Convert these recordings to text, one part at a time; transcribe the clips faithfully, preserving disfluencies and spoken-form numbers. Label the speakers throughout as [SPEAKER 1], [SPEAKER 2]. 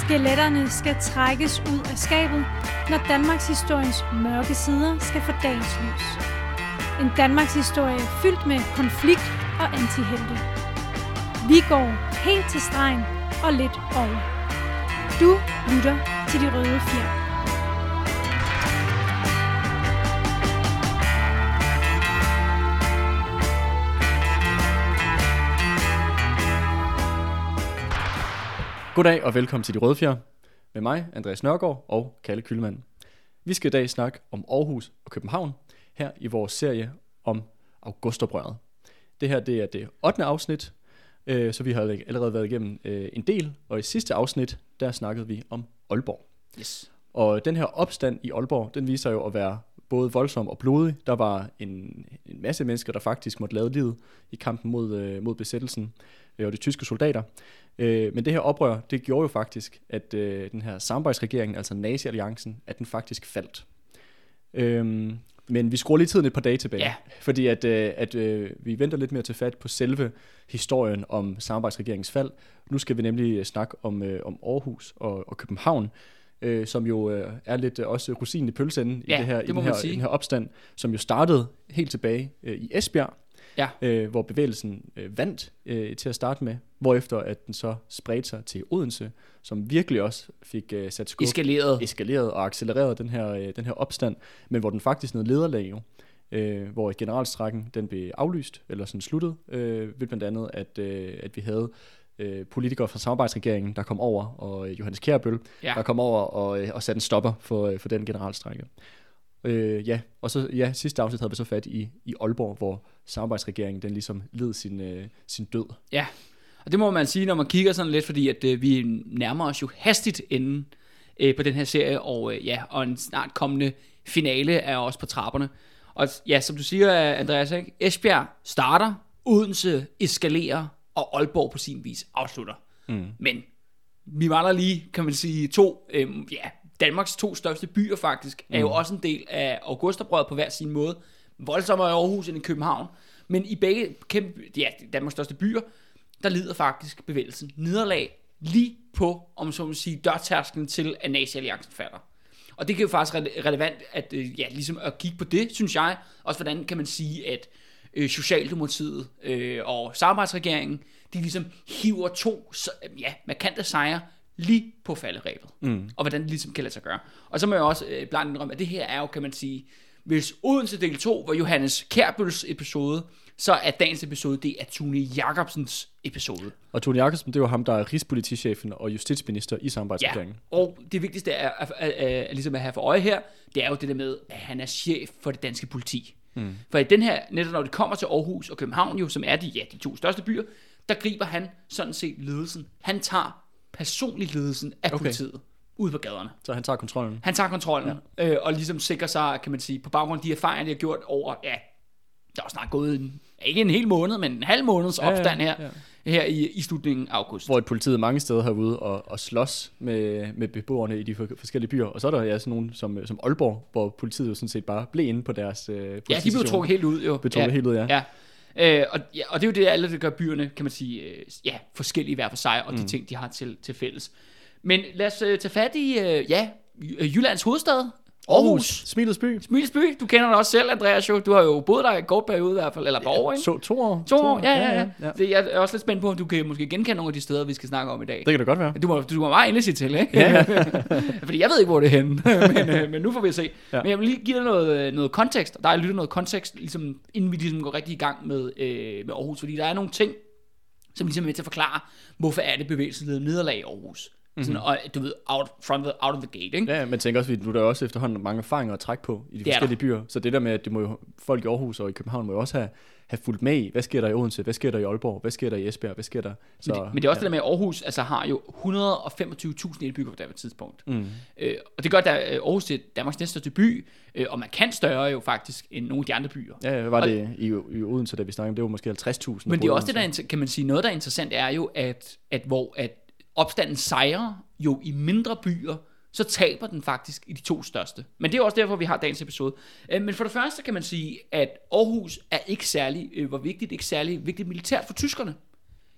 [SPEAKER 1] Skeletterne skal trækkes ud af skabet, når Danmarks historiens mørke sider skal få dagens lys. En Danmarks historie fyldt med konflikt og antihelte. Vi går helt til stregen og lidt over. Du lytter til De Røde Fjer.
[SPEAKER 2] Goddag og velkommen til De Røde Fjer med mig, Andreas Nørgaard og Kalle Kyllmann. Vi skal i dag snakke om Aarhus og København her i vores serie om augustoprøret. Det her det er det ottende afsnit, øh, så vi har allerede været igennem øh, en del, og i sidste afsnit, der snakkede vi om Aalborg.
[SPEAKER 3] Yes.
[SPEAKER 2] Og den her opstand i Aalborg, den viser jo at være både voldsom og blodig. Der var en, en masse mennesker, der faktisk måtte lade livet i kampen mod, øh, mod besættelsen øh, og de tyske soldater. Øh, men det her oprør, det gjorde jo faktisk, at øh, den her samarbejdsregering, altså Nazi-alliancen, at den faktisk faldt. Øh, men vi skruer lige tiden et par dage tilbage,
[SPEAKER 3] ja.
[SPEAKER 2] fordi at, øh, at øh, vi venter lidt mere til fat på selve historien om samarbejdsregeringens fald. Nu skal vi nemlig snakke om, øh, om Aarhus og, og København, øh, som jo øh, er lidt øh, også rosinen i pølseenden
[SPEAKER 3] ja,
[SPEAKER 2] i, det her,
[SPEAKER 3] det
[SPEAKER 2] i, den her, i den her opstand, som jo startede helt tilbage øh, i Esbjerg.
[SPEAKER 3] Ja.
[SPEAKER 2] Øh, hvor bevægelsen øh, vandt øh, til at starte med, hvorefter at den så spredte sig til Odense, som virkelig også fik øh, sat skub,
[SPEAKER 3] eskaleret.
[SPEAKER 2] eskaleret og accelereret den her, øh, den her opstand, men hvor den faktisk nåede lederlag jo, øh, hvor generalstrækken den blev aflyst, eller sådan sluttet, øh, ved blandt andet, at, øh, at vi havde øh, politikere fra samarbejdsregeringen, der kom over, og øh, Johannes Kjærbøl, ja. der kom over og, øh, og satte en stopper for, øh, for den generalstrække. Øh, ja, og så ja, sidste afsnit havde vi så fat i, i Aalborg, hvor samarbejdsregeringen den ligesom led sin, øh, sin død.
[SPEAKER 3] Ja, og det må man sige, når man kigger sådan lidt, fordi at øh, vi nærmer os jo hastigt enden øh, på den her serie, og øh, ja, og en snart kommende finale er også på trapperne. Og ja, som du siger, Andreas, ikke? Esbjerg starter, Odense eskalerer, og Aalborg på sin vis afslutter. Mm. Men vi var der lige, kan man sige, to, øh, ja, Danmarks to største byer faktisk, er jo mm. også en del af augustoprøret på hver sin måde. Voldsommere i Aarhus end i København. Men i begge kæmpe, ja, Danmarks største byer, der lider faktisk bevægelsen nederlag lige på, om så man sige, dørtærsklen til, at Nazi-alliancen falder. Og det kan jo faktisk re- relevant at, ja, ligesom at kigge på det, synes jeg. Også hvordan kan man sige, at øh, Socialdemokratiet øh, og samarbejdsregeringen, de ligesom hiver to, ja, markante sejre lige på falderebet, mm. og hvordan det ligesom kan lade sig gøre. Og så må jeg også øh, blandt indrømme, at det her er jo, kan man sige, hvis Odense del to var Johannes Kjærbøls episode, så er dagens episode, det er Tune Jacobsens episode.
[SPEAKER 2] Og Tune Jacobsen, det er jo ham, der er rigspolitichefen og justitsminister i samarbejdsregeringen.
[SPEAKER 3] Ja, og det vigtigste er at, at, at, at, ligesom at have for øje her, det er jo det der med, at han er chef for det danske politi. Mm. For i den her, netop når det kommer til Aarhus og København, jo, som er de, ja, de to største byer, der griber han sådan set ledelsen. Han tager personlig ledelsen af okay. politiet ude på gaderne.
[SPEAKER 2] Så han tager kontrollen?
[SPEAKER 3] Han tager kontrollen, ja. øh, og ligesom sikrer sig, kan man sige, på baggrund af de erfaringer, de har gjort over, ja, der er snart gået en, ikke en hel måned, men en halv måneds ja, opstand her, ja. her i, i slutningen af august.
[SPEAKER 2] Hvor et politiet mange steder har ude og, og slås med, med beboerne i de forskellige byer, og så er der ja sådan nogen som, som Aalborg, hvor politiet jo sådan set bare blev inde på deres øh,
[SPEAKER 3] ja, de blev trukket helt ud jo.
[SPEAKER 2] Blev trukket
[SPEAKER 3] ja.
[SPEAKER 2] helt ud, ja.
[SPEAKER 3] ja. Øh, og, ja, og det er jo det, alle det gør byerne, kan man sige, øh, ja, forskellige hver for sig, og mm. de ting, de har til, til fælles. Men lad os øh, tage fat i, øh, ja, Jyllands hovedstad, Aarhus.
[SPEAKER 2] Aarhus. Smilets by.
[SPEAKER 3] Smilets by. Du kender det også selv, Andreas, jo. Du har jo boet der i en kort periode i hvert fald, eller et par år, ikke?
[SPEAKER 2] To, to år.
[SPEAKER 3] To år, ja, ja, ja. ja. Det, jeg er også lidt spændt på, om du kan måske genkende nogle af de steder, vi skal snakke om i dag.
[SPEAKER 2] Det kan det godt være.
[SPEAKER 3] Du må, du må bare endelig sige til, ikke?
[SPEAKER 2] Ja.
[SPEAKER 3] Fordi jeg ved ikke, hvor det er henne, men, men nu får vi se. Ja. Men jeg vil lige give dig noget, noget kontekst, og der er lyttet noget kontekst, ligesom, inden vi ligesom går rigtig i gang med, øh, med Aarhus, fordi der er nogle ting, som ligesom er med til at forklare, hvorfor er det bevægelsen leder nederlag i Aarhus. Sådan, mm-hmm. og du ved, out, from the, out of the gate, ikke?
[SPEAKER 2] Ja, men tænker også, at nu er der også efterhånden mange erfaringer at trække på i de det forskellige byer. Så det der med, at det må jo, folk i Aarhus og i København må jo også have, have fulgt med i, hvad sker der i Odense, hvad sker der i Aalborg, hvad sker der i Esbjerg, hvad sker der? Så,
[SPEAKER 3] men, det, men det er også ja. det der med, at Aarhus altså, har jo et hundrede og femogtyve tusind indbyggere på det her tidspunkt. Mm. Øh, og det gør, at Aarhus til Danmarks næststørste by, øh, og man kan større jo faktisk end nogle af de andre byer.
[SPEAKER 2] Ja, hvad var og, det i, i Odense, da vi snakkede om? Det var måske halvtreds tusind.
[SPEAKER 3] Men det er også det, der kan man sige, noget der er interessant er jo, at, at hvor at opstanden sejrer jo i mindre byer, så taber den faktisk i de to største. Men det er også derfor, vi har dagens episode. Men for det første kan man sige, at Aarhus er ikke særlig, hvor vigtigt, ikke særlig vigtigt militært for tyskerne.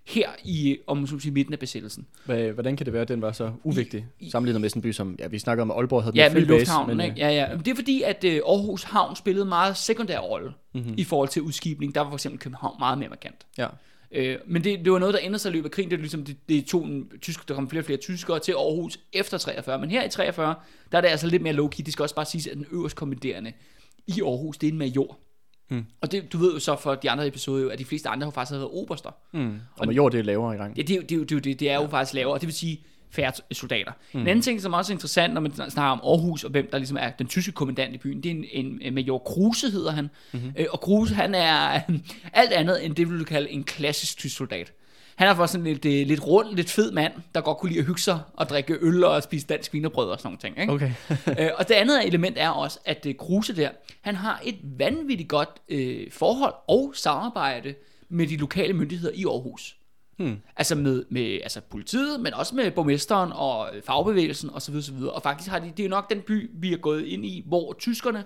[SPEAKER 3] her i, om man sige, midten af besættelsen.
[SPEAKER 2] Hvordan kan det være, at den var så uvigtig, I, sammenlignet med sådan en by som, ja, vi snakker om, at Aalborg havde
[SPEAKER 3] ja,
[SPEAKER 2] den flybase.
[SPEAKER 3] Lufthavnen, men, ja, ja. Det er fordi, at uh, Aarhus Havn spillede en meget sekundær rolle mm-hmm. i forhold til udskibning. Der var for eksempel København meget mere markant. Ja. Uh, men det, det var noget, der ændrede sig i løbet af krigen. Det er ligesom, det, det tog en tysk, der kom flere og flere tyskere til Aarhus efter treogfyrre. Men her i treogfyrre, der er det altså lidt mere low-key. Det skal også bare siges, at den øverst kommanderende i Aarhus, det er en major. Hmm. Og det, du ved jo så for de andre episoder, at de fleste andre har faktisk været oberster.
[SPEAKER 2] Hmm. Og major, det er lavere i gang.
[SPEAKER 3] Ja, det, det, det, det, det er jo ja. faktisk lavere, det vil sige færre soldater. Hmm. En anden ting, som også er interessant, når man snakker om Aarhus, og hvem der ligesom er den tyske kommandant i byen, det er en, en, en major Kruse, hedder han. Hmm. Og Kruse, han er alt andet end det, vi vil kalde en klassisk tysk soldat. Han er for sådan lidt, lidt rund, lidt fed mand, der godt kunne lide at hygge sig og drikke øl og spise dansk wienerbrød og sådan nogle ting. Ikke? Okay. Og det andet element er også, at Kruse der, han har et vanvittigt godt øh, forhold og samarbejde med de lokale myndigheder i Aarhus. Hmm. Altså med, med altså politiet, men også med borgmesteren og fagbevægelsen osv. osv. Og faktisk har de, det er jo nok den by, vi er gået ind i, hvor tyskerne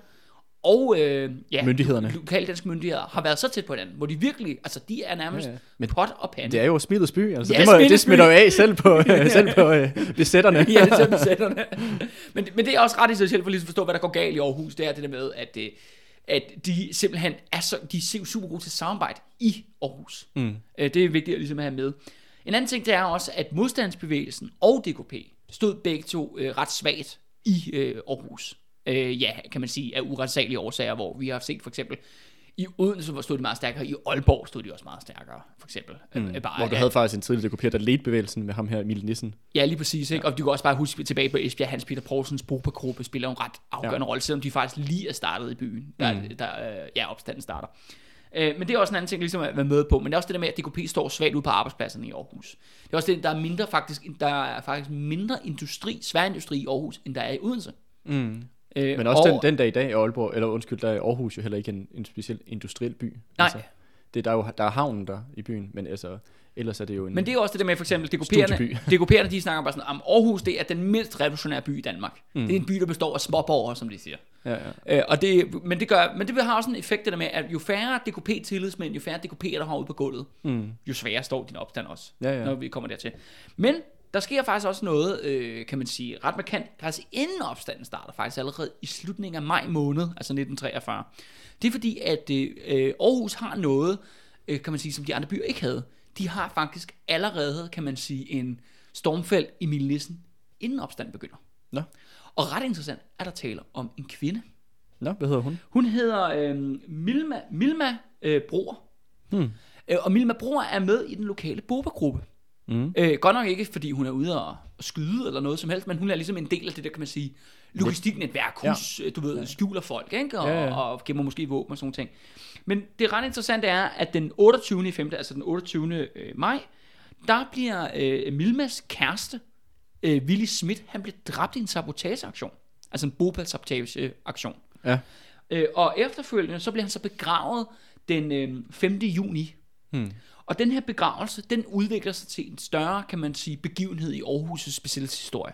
[SPEAKER 3] og øh, ja,
[SPEAKER 2] myndighederne.
[SPEAKER 3] lokale danske myndigheder har været så tæt på hinanden, hvor de virkelig, altså de er nærmest ja, ja. Men pot og pande.
[SPEAKER 2] Det er jo smidets by, altså ja, det, må, det smitter jo af selv på, selv på øh, besætterne.
[SPEAKER 3] Ja, det er besætterne. men, men det er også ret i sig selv for lige at forstå, hvad der går galt i Aarhus, det er det der med, at, at de simpelthen er, så, de er super gode til samarbejde i Aarhus. Mm. Det er vigtigt at ligesom have med. En anden ting, det er også, at modstandsbevægelsen og D K P stod begge to øh, ret svagt i øh, Aarhus. Øh, ja, kan man sige, af uretsagelige årsager, hvor vi har set for eksempel i Odense, hvor stod de meget stærkere, i Aalborg stod de også meget stærkere, for eksempel.
[SPEAKER 2] Mm,
[SPEAKER 3] øh, bare,
[SPEAKER 2] hvor du ja, havde faktisk en tidligere D K P'er, der ledte bevægelsen med ham her, Emil Nissen.
[SPEAKER 3] Ja, lige præcis, ikke? Ja. Og du kan også bare huske tilbage på Esbjerg, Hans Peter Poulsens Bopa-gruppe spiller en ret afgørende ja. rolle, selvom de faktisk lige er startet i byen, der, mm. der øh, ja, opstanden starter. Øh, men det er også en anden ting, ligesom at være med på, men det er også det der med, at D K P står svagt ud på arbejdspladserne i Aarhus. Det er også det, der er mindre faktisk, der er faktisk mindre industri, sværindustri i Aarhus, end der er i Odense.
[SPEAKER 2] Mm. Men også den, den dag i dag er Aalborg, eller undskyld, der er Aarhus jo heller ikke en, en speciel industriel by.
[SPEAKER 3] Nej.
[SPEAKER 2] Altså, det, der er jo der er havnen der i byen, men altså, ellers er det jo en
[SPEAKER 3] Men det er også det der med for eksempel, D K P'erne, D K P'erne de snakker bare sådan, om Aarhus, det er den mindst revolutionære by i Danmark. Mm. Det er en by, der består af småborgere, som de siger. Ja, ja. Øh, og det, men, det gør, men det har også en effekt det der med, at jo færre D K P-tillidsmænd, jo færre D K P'er, der har ude på gulvet, mm. jo sværere står din opstand også, ja, ja. når vi kommer dertil. Men der sker faktisk også noget, øh, kan man sige, ret markant, faktisk inden opstanden starter, faktisk allerede i slutningen af maj måned, altså nitten treogfyrre. Det er fordi, at øh, Aarhus har noget, øh, kan man sige, som de andre byer ikke havde. De har faktisk allerede, kan man sige, en stormfældt Emil Nissen, inden opstanden begynder. Nå. Og ret interessant er der taler om en kvinde.
[SPEAKER 2] Nå, hvad hedder hun?
[SPEAKER 3] Hun hedder øh, Milma, Milma øh, Broer. Hmm. Øh, og Milma Broer er med i den lokale Boba-gruppe. Mm. Øh, godt nok ikke, fordi hun er ude og, og skyde eller noget som helst, men hun er ligesom en del af det der, kan man sige, logistiknetværk, hus, ja. du ved, ja. skjuler folk, ikke? Og, ja, ja. og gemmer måske våben og sådan ting. Men det ret interessante er, at den otteogtyvende femte altså den otteogtyvende maj, der bliver øh, Milmas kæreste, øh, Willy Schmidt, han bliver dræbt i en sabotageaktion. Altså en Bhopal-sabotageaktion. Ja. Øh, og efterfølgende, så bliver han så begravet den øh, femte juni. Hmm. Og den her begravelse, den udvikler sig til en større, kan man sige, begivenhed i Aarhus' besættelseshistorie.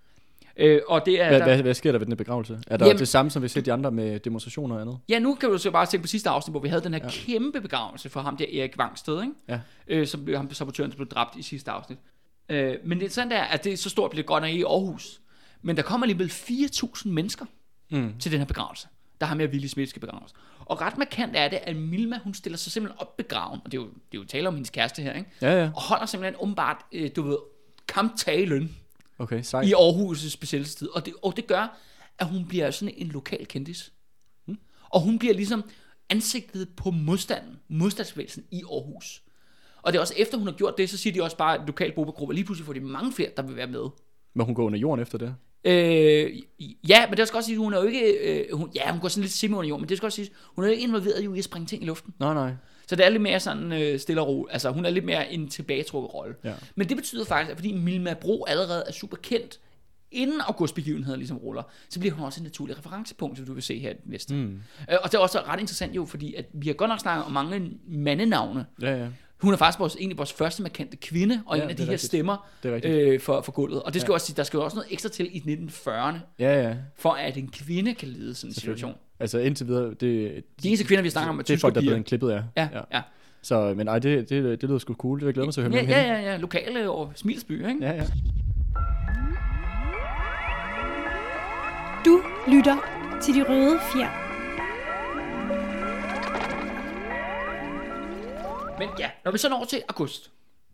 [SPEAKER 3] Øh, og det er
[SPEAKER 2] hvad,
[SPEAKER 3] der,
[SPEAKER 2] hvad, hvad sker der ved den begravelse? Er der jamen, det samme, som vi ser de andre med demonstrationer og andet?
[SPEAKER 3] Ja, nu kan du så bare tænke på sidste afsnit, hvor vi havde den her ja. kæmpe begravelse for ham der, Erik Vangsted, ikke? Ja. Øh, som blev ham sabotøren, der blev dræbt i sidste afsnit. Øh, men det er sådan der, at det er så stort, bliver godt nok i Aarhus. Men der kommer alligevel fire tusind mennesker mm. til den her begravelse, der har med Willy Schmidt skal begraves. Og ret markant er det, at Milma, hun stiller sig simpelthen op begraven, og det er jo, det er jo tale om hendes kæreste her, ikke? Ja, ja. Og holder simpelthen umiddelbart, øh, du ved, kamptalen
[SPEAKER 2] okay,
[SPEAKER 3] i Aarhus' besættelsestid. Og det, og det gør, at hun bliver sådan en lokal kendis. Hmm. Og hun bliver ligesom ansigtet på modstanden, modstandsbevægelsen i Aarhus. Og det er også efter hun har gjort det, så siger de også bare, at lokal Boba-gruppe, lige pludselig får de mange flere, der vil være med.
[SPEAKER 2] Men hun går under jorden efter det?
[SPEAKER 3] Øh, ja, men det skal også sige, at hun er jo ikke, øh, hun, ja, hun går sådan lidt semi under jorden, men det skal også sige, hun er jo ikke involveret jo i at springe ting i luften.
[SPEAKER 2] Nej, nej.
[SPEAKER 3] Så det er lidt mere sådan øh, stille og ro, altså hun er lidt mere en tilbagetrukket rolle. Ja. Men det betyder faktisk, at fordi Milma Bro allerede er super kendt, inden augustbegivenheder ligesom ruller, så bliver hun også et naturligt referencepunkt, som du vil se her næste. Mm. Øh, og det er også ret interessant jo, fordi at vi har godt nok snakket om mange mandenavne. Ja, ja. Hun er faktisk vores, egentlig vores første markante kvinde, og ja, en af de her rigtigt. stemmer øh, for, for gulvet. Og det skal ja. også sige, der skal jo også noget ekstra til i nitten fyrrerne, ja, ja. for at en kvinde kan lede sådan en situation.
[SPEAKER 2] Altså indtil videre, det,
[SPEAKER 3] de eneste kvinder, vi snakker om, er
[SPEAKER 2] det er folk, der er blevet klippet, ja.
[SPEAKER 3] Ja, ja. ja.
[SPEAKER 2] Så, men ej, det, det, det lyder sgu cool. Det vil jeg glæde mig til at høre
[SPEAKER 3] ja,
[SPEAKER 2] mere
[SPEAKER 3] ja, ja, ja, lokale og Smilsby, ikke?
[SPEAKER 2] Ja, ja.
[SPEAKER 1] Du lytter til De Røde Fjer.
[SPEAKER 3] Men ja, når vi så når til august.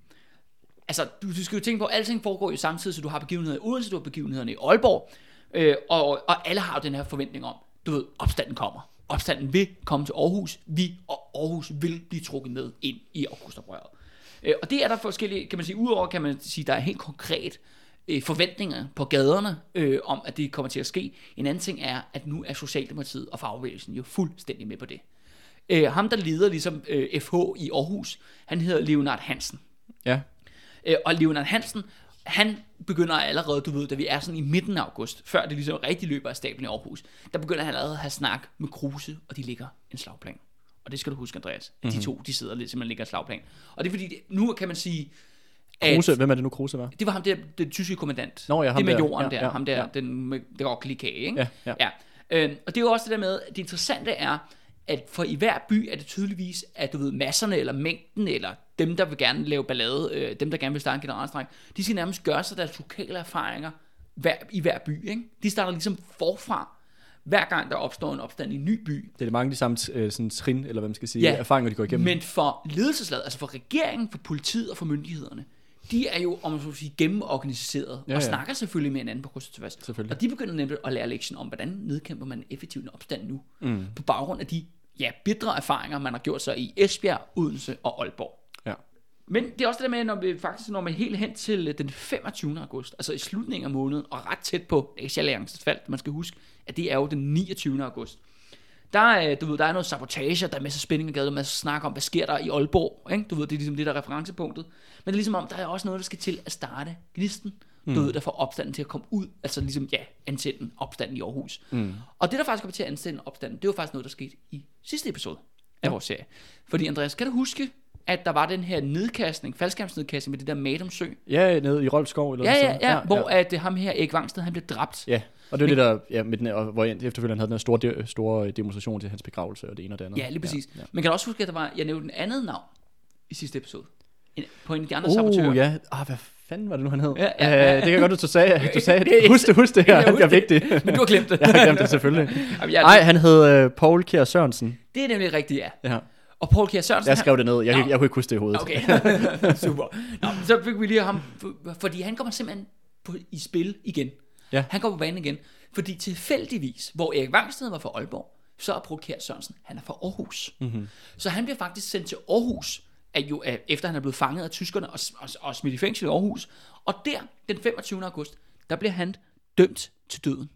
[SPEAKER 3] Altså, du, du skal jo tænke på, at alting foregår jo samtidig, så du har begivenheder i Odense, du har begivenhederne i Aalborg, øh, og, og alle har jo den her forventning om, du ved, opstanden kommer. Opstanden vil komme til Aarhus, vi og Aarhus vil blive trukket med ind i augustoprøret. Øh, og det er der forskellige, kan man sige, udover kan man sige, der er helt konkret øh, forventninger på gaderne øh, om, at det kommer til at ske. En anden ting er, at nu er Socialdemokratiet og fagbevægelsen jo fuldstændig med på det. Øh, ham, der leder ligesom øh, F H i Aarhus, han hedder Leonard Hansen.
[SPEAKER 2] Ja.
[SPEAKER 3] Øh, og Leonard Hansen, han begynder allerede, du ved, da vi er sådan i midten af august, før det ligesom rigtig løber af stablen i Aarhus, der begynder han allerede at have snak med Kruse, og de ligger en slagplan. Og det skal du huske, Andreas. Mm-hmm. De to, de sidder lidt, simpelthen ligger en slagplan. Og det er fordi, det, nu kan man sige, at
[SPEAKER 2] Kruse, hvem er det nu Kruse var?
[SPEAKER 3] det var ham der, den tyske kommandant.
[SPEAKER 2] Nå, ja, ham
[SPEAKER 3] det med
[SPEAKER 2] der.
[SPEAKER 3] jorden
[SPEAKER 2] Ja,
[SPEAKER 3] der,
[SPEAKER 2] ja,
[SPEAKER 3] ham der,
[SPEAKER 2] ja.
[SPEAKER 3] den med, der går klikage, ikke?
[SPEAKER 2] Ja, ja.
[SPEAKER 3] ja. Øh, og det er jo også det der med, det interessante er, at for i hver by er det tydeligvis, at du ved, masserne eller mængden, eller dem, der vil gerne lave ballade, øh, dem, der gerne vil starte en generalstræk, de skal nærmest gøre sig deres lokale erfaringer hver, i hver by, ikke? De starter ligesom forfra, hver gang der opstår en opstand i en ny by.
[SPEAKER 2] Det er mange af de samme øh, sådan trin, eller hvad man skal sige,
[SPEAKER 3] Ja,
[SPEAKER 2] erfaringer, de går igennem.
[SPEAKER 3] Men for ledelseslaget, altså for regeringen, for politiet og for myndighederne, de er jo, om man så sige, gennemorganiseret,
[SPEAKER 2] Ja,
[SPEAKER 3] og
[SPEAKER 2] ja.
[SPEAKER 3] snakker selvfølgelig med hinanden på kryds og tværs.
[SPEAKER 2] Selvfølgelig.
[SPEAKER 3] Og de begynder nemlig at lære lektion om, hvordan nedkæmper man effektivt en opstand nu,
[SPEAKER 2] Mm.
[SPEAKER 3] på baggrund af de ja, bitre erfaringer, man har gjort sig i Esbjerg, Odense og Aalborg.
[SPEAKER 2] Ja.
[SPEAKER 3] Men det er også det der med, når vi faktisk når man helt hen til den femogtyvende august, altså i slutningen af måneden, og ret tæt på Asialliancens fald, man skal huske, at det er jo den niogtyvende august. Der er, du ved, der er noget sabotage, der er masser af spænding og gade, der er masser af snak om, hvad sker der i Aalborg, ikke? Du ved, det er ligesom det der referencepunktet. Men det er ligesom om, der er også noget, der skal til at starte gnisten, du mm. ved, der får opstanden til at komme ud, altså ligesom, ja, ansætte opstanden i Aarhus. Mm. Og det, der faktisk kommer til at ansætte opstanden, det var faktisk noget, der skete i sidste episode af ja. vores serie. Fordi, Andreas, kan du huske, at der var den her nedkastning, faldskærmsnedkastning med det der Madumsø?
[SPEAKER 2] Ja, nede i Rolfskov eller
[SPEAKER 3] Ja,
[SPEAKER 2] sådan
[SPEAKER 3] ja,
[SPEAKER 2] noget.
[SPEAKER 3] ja, ja, hvor ja. at ham her, Erik Vangsted, han blev dræbt.
[SPEAKER 2] Ja, og det var det der, ja, med den, og hvor jeg efterfølgende havde den her store, de, store demonstration til hans begravelse og det ene og det andet.
[SPEAKER 3] Ja, lige præcis.
[SPEAKER 2] Ja, ja.
[SPEAKER 3] Men kan du også huske, at der var, jeg nævnte en andet navn i sidste episode? En, på en af de andre
[SPEAKER 2] Uh,
[SPEAKER 3] sabotører.
[SPEAKER 2] ja. Ah, hvad fanden var det nu, han hed?
[SPEAKER 3] Ja, ja, ja.
[SPEAKER 2] Uh, det kan jeg godt, du sagde. Du sagde,
[SPEAKER 3] Det er-
[SPEAKER 2] husk det, husk det her.
[SPEAKER 3] Jeg
[SPEAKER 2] Det
[SPEAKER 3] husker
[SPEAKER 2] er vigtigt.
[SPEAKER 3] Men du har glemt det.
[SPEAKER 2] Jeg har glemt det selvfølgelig.
[SPEAKER 3] Jamen, jeg,
[SPEAKER 2] Nej, han hed uh, Paul Kjær Sørensen.
[SPEAKER 3] det er nemlig rigtigt, ja.
[SPEAKER 2] Ja.
[SPEAKER 3] Og Paul Kjær Sørensen...
[SPEAKER 2] Jeg skrev det ned. Jeg,
[SPEAKER 3] Nå.
[SPEAKER 2] jeg, jeg kunne ikke huske det i hovedet.
[SPEAKER 3] Okay, super. Nå, så fik vi lige ham, fordi han kommer simpelthen på, i spil igen.
[SPEAKER 2] Ja.
[SPEAKER 3] Han går på banen igen, fordi tilfældigvis, hvor Erik Vangsted var fra Aalborg, så er Paul Kjær Sørensen, han er fra Aarhus. Mm-hmm. Så han bliver faktisk sendt til Aarhus, at jo, at efter han er blevet fanget af tyskerne og, og, og smidt i fængsel i Aarhus. Og der, den femogtyvende august, der bliver han dømt til døden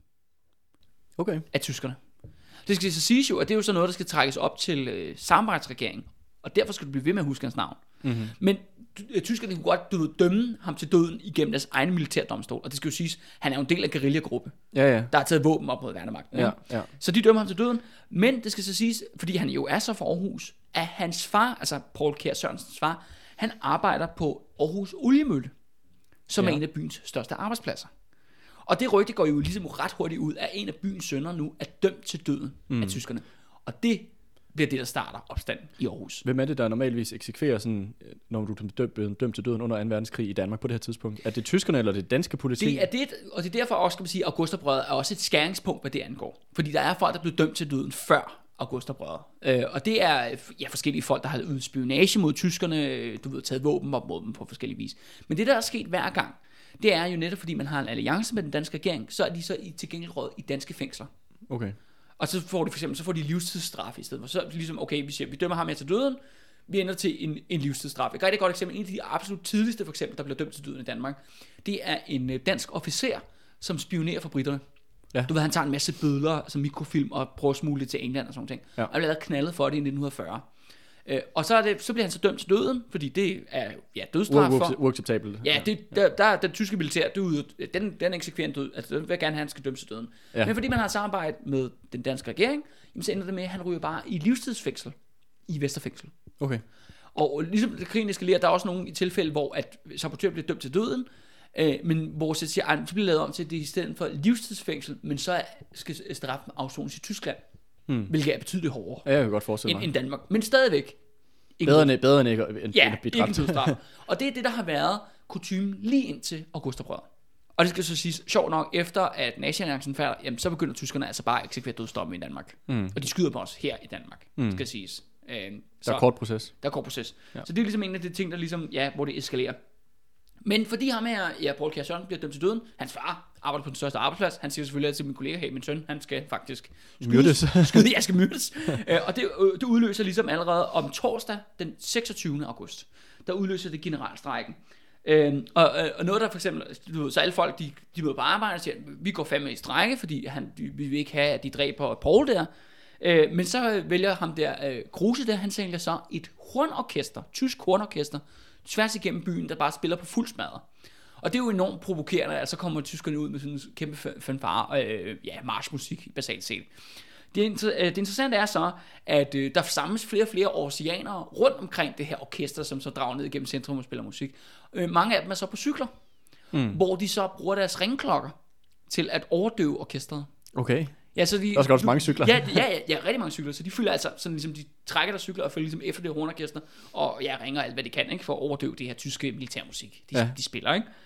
[SPEAKER 2] Okay.
[SPEAKER 3] af tyskerne. Det skal så siges jo, at det er jo så noget, der skal trækkes op til øh, samarbejdsregeringen, og derfor skal du blive ved med at huske hans navn. Mm-hmm. Men øh, tyskerne kunne godt, du ved, dømme ham til døden igennem deres egen militærdomstol, og det skal jo siges, han er jo en del af guerillagruppe,
[SPEAKER 2] Ja, ja.
[SPEAKER 3] der har taget våben op mod værnemagten.
[SPEAKER 2] Ja,
[SPEAKER 3] ikke?
[SPEAKER 2] ja.
[SPEAKER 3] Så de dømmer ham til døden, men det skal så siges, fordi han jo er så fra Aarhus, at hans far, altså Paul Kjær Sørensens far, han arbejder på Aarhus Oliemølle, som
[SPEAKER 2] Ja.
[SPEAKER 3] er en af byens største arbejdspladser. Og det rygte går jo ligesom ret hurtigt ud, at en af byens sønner nu er dømt til døden mm. af tyskerne. Og det bliver det, der starter opstanden i Aarhus.
[SPEAKER 2] Hvem er det, der normalvis eksekverer sådan, når du er dømt, dømt til døden under anden verdenskrig i Danmark på det her tidspunkt? Er det tyskerne eller det danske politi?
[SPEAKER 3] Det er det, og det er derfor også, kan man sige, at augustoprøret er også et skæringspunkt, hvad det angår. Fordi der er folk, der blev dømt til døden før augustoprøret. Øh, og det er ja, forskellige folk, der har ydet spionage mod tyskerne, du ved, taget våben op mod dem på forskellige vis. Men det, der er sket hver gang, det er jo netop, fordi man har en alliance med den danske regering, så er de så i til gengæld råd i danske fængsler.
[SPEAKER 2] Okay.
[SPEAKER 3] Og så får de for eksempel, så får de livstidsstraf i stedet for. Så er det ligesom, okay, vi siger, vi dømmer ham her til døden, vi ender til en, en livstidsstraf. Et rigtig godt eksempel, en af de absolut tidligste, for eksempel, der blev dømt til døden i Danmark, det er en øh, dansk officer, som spionerer for britterne.
[SPEAKER 2] Ja.
[SPEAKER 3] Du ved, han tager en masse bødler, altså mikrofilm, og prøver at smugle det til England og sådan noget.
[SPEAKER 2] Ja.
[SPEAKER 3] Og han bliver knaldet for det i nitten fyrre. Øh, og så, er det, så bliver han så dømt til døden, fordi det er ja, dødsstraf for.
[SPEAKER 2] Uacceptabelt.
[SPEAKER 3] Ja, det, der, der, den tyske militær, det ud, den, den eksekverer en død, altså den vil jeg gerne have, han skal dømmes til døden.
[SPEAKER 2] Ja.
[SPEAKER 3] Men fordi man har samarbejdet med den danske regering, jamen, så ender det med, at han ryger bare i livstidsfængsel i Vesterfængsel.
[SPEAKER 2] Okay.
[SPEAKER 3] Og ligesom krigen eskalerer, der er også nogle tilfælde, hvor at sabotør bliver dømt til døden, øh, men hvor så siger, ej, så bliver lavet om til, det i stedet for livstidsfængsel, men så skal straffen afsones i Tyskland, hmm. hvilket er betydeligt hårdere
[SPEAKER 2] Ja, jeg kan godt forestille
[SPEAKER 3] end,
[SPEAKER 2] mig.
[SPEAKER 3] end Danmark. Men stadigvæk,
[SPEAKER 2] Bedre end, bedre end ikke end,
[SPEAKER 3] ja,
[SPEAKER 2] end at blive dræbt.
[SPEAKER 3] ikke dødsstraf. Og det er det, der har været kutumen lige indtil Augustoprøret. Og det skal så siges, sjovt nok, efter at nazi-alliancen falder, jamen, så begynder tyskerne altså bare at eksekvere dødsdommen i Danmark. Mm. Og de skyder på os her i Danmark, mm. skal siges. Øh, så,
[SPEAKER 2] der er kort proces.
[SPEAKER 3] Der er kort proces.
[SPEAKER 2] Ja.
[SPEAKER 3] Så det er ligesom en af de ting, der ligesom, ja, hvor det eskalerer. Men fordi ham her, ja, Poul Kjær Sørensen bliver dømt til døden, hans far arbejder på den største arbejdsplads, han siger selvfølgelig til min kollega, hey, min søn, han skal faktisk
[SPEAKER 2] myrdes.
[SPEAKER 3] Skyde, jeg skal myrdes. øh, og det, øh, det udløser ligesom allerede om torsdag, den seksogtyvende august, der udløser det generalstrejken. Øhm, og, og noget der for eksempel, du ved, så alle folk, de, de møder på arbejde og siger, vi går fandme i strejke, fordi han, vi vil ikke have, at de dræber Poul der. Øh, men så vælger ham der, øh, Kruse der, han sælger så et hornorkester, tysk hornorkester, tværs igennem byen, der bare spiller på fuld smadre. Og det er jo enormt provokerende, at så kommer tyskerne ud med sådan en kæmpe fanfare, øh, ja, marchmusik basalt set. Det, det interessante er så, at øh, der samles flere og flere oceanere rundt omkring det her orkester, som så drager ned igennem centrum og spiller musik. Øh, mange af dem er så på cykler, mm. hvor de så bruger deres ringklokker til at overdøve orkestret.
[SPEAKER 2] Okay.
[SPEAKER 3] Ja, så de,
[SPEAKER 2] der skal også mange cykler.
[SPEAKER 3] Ja, ja, ja, ja, rigtig mange cykler. Så de følger altså, sådan ligesom de trækker der cykler og følger ligesom efter det hornorkester, og ja, ringer alt, hvad de kan, ikke, for at overdøve det her tyske militærmusik, de, ja. de spiller, ikke?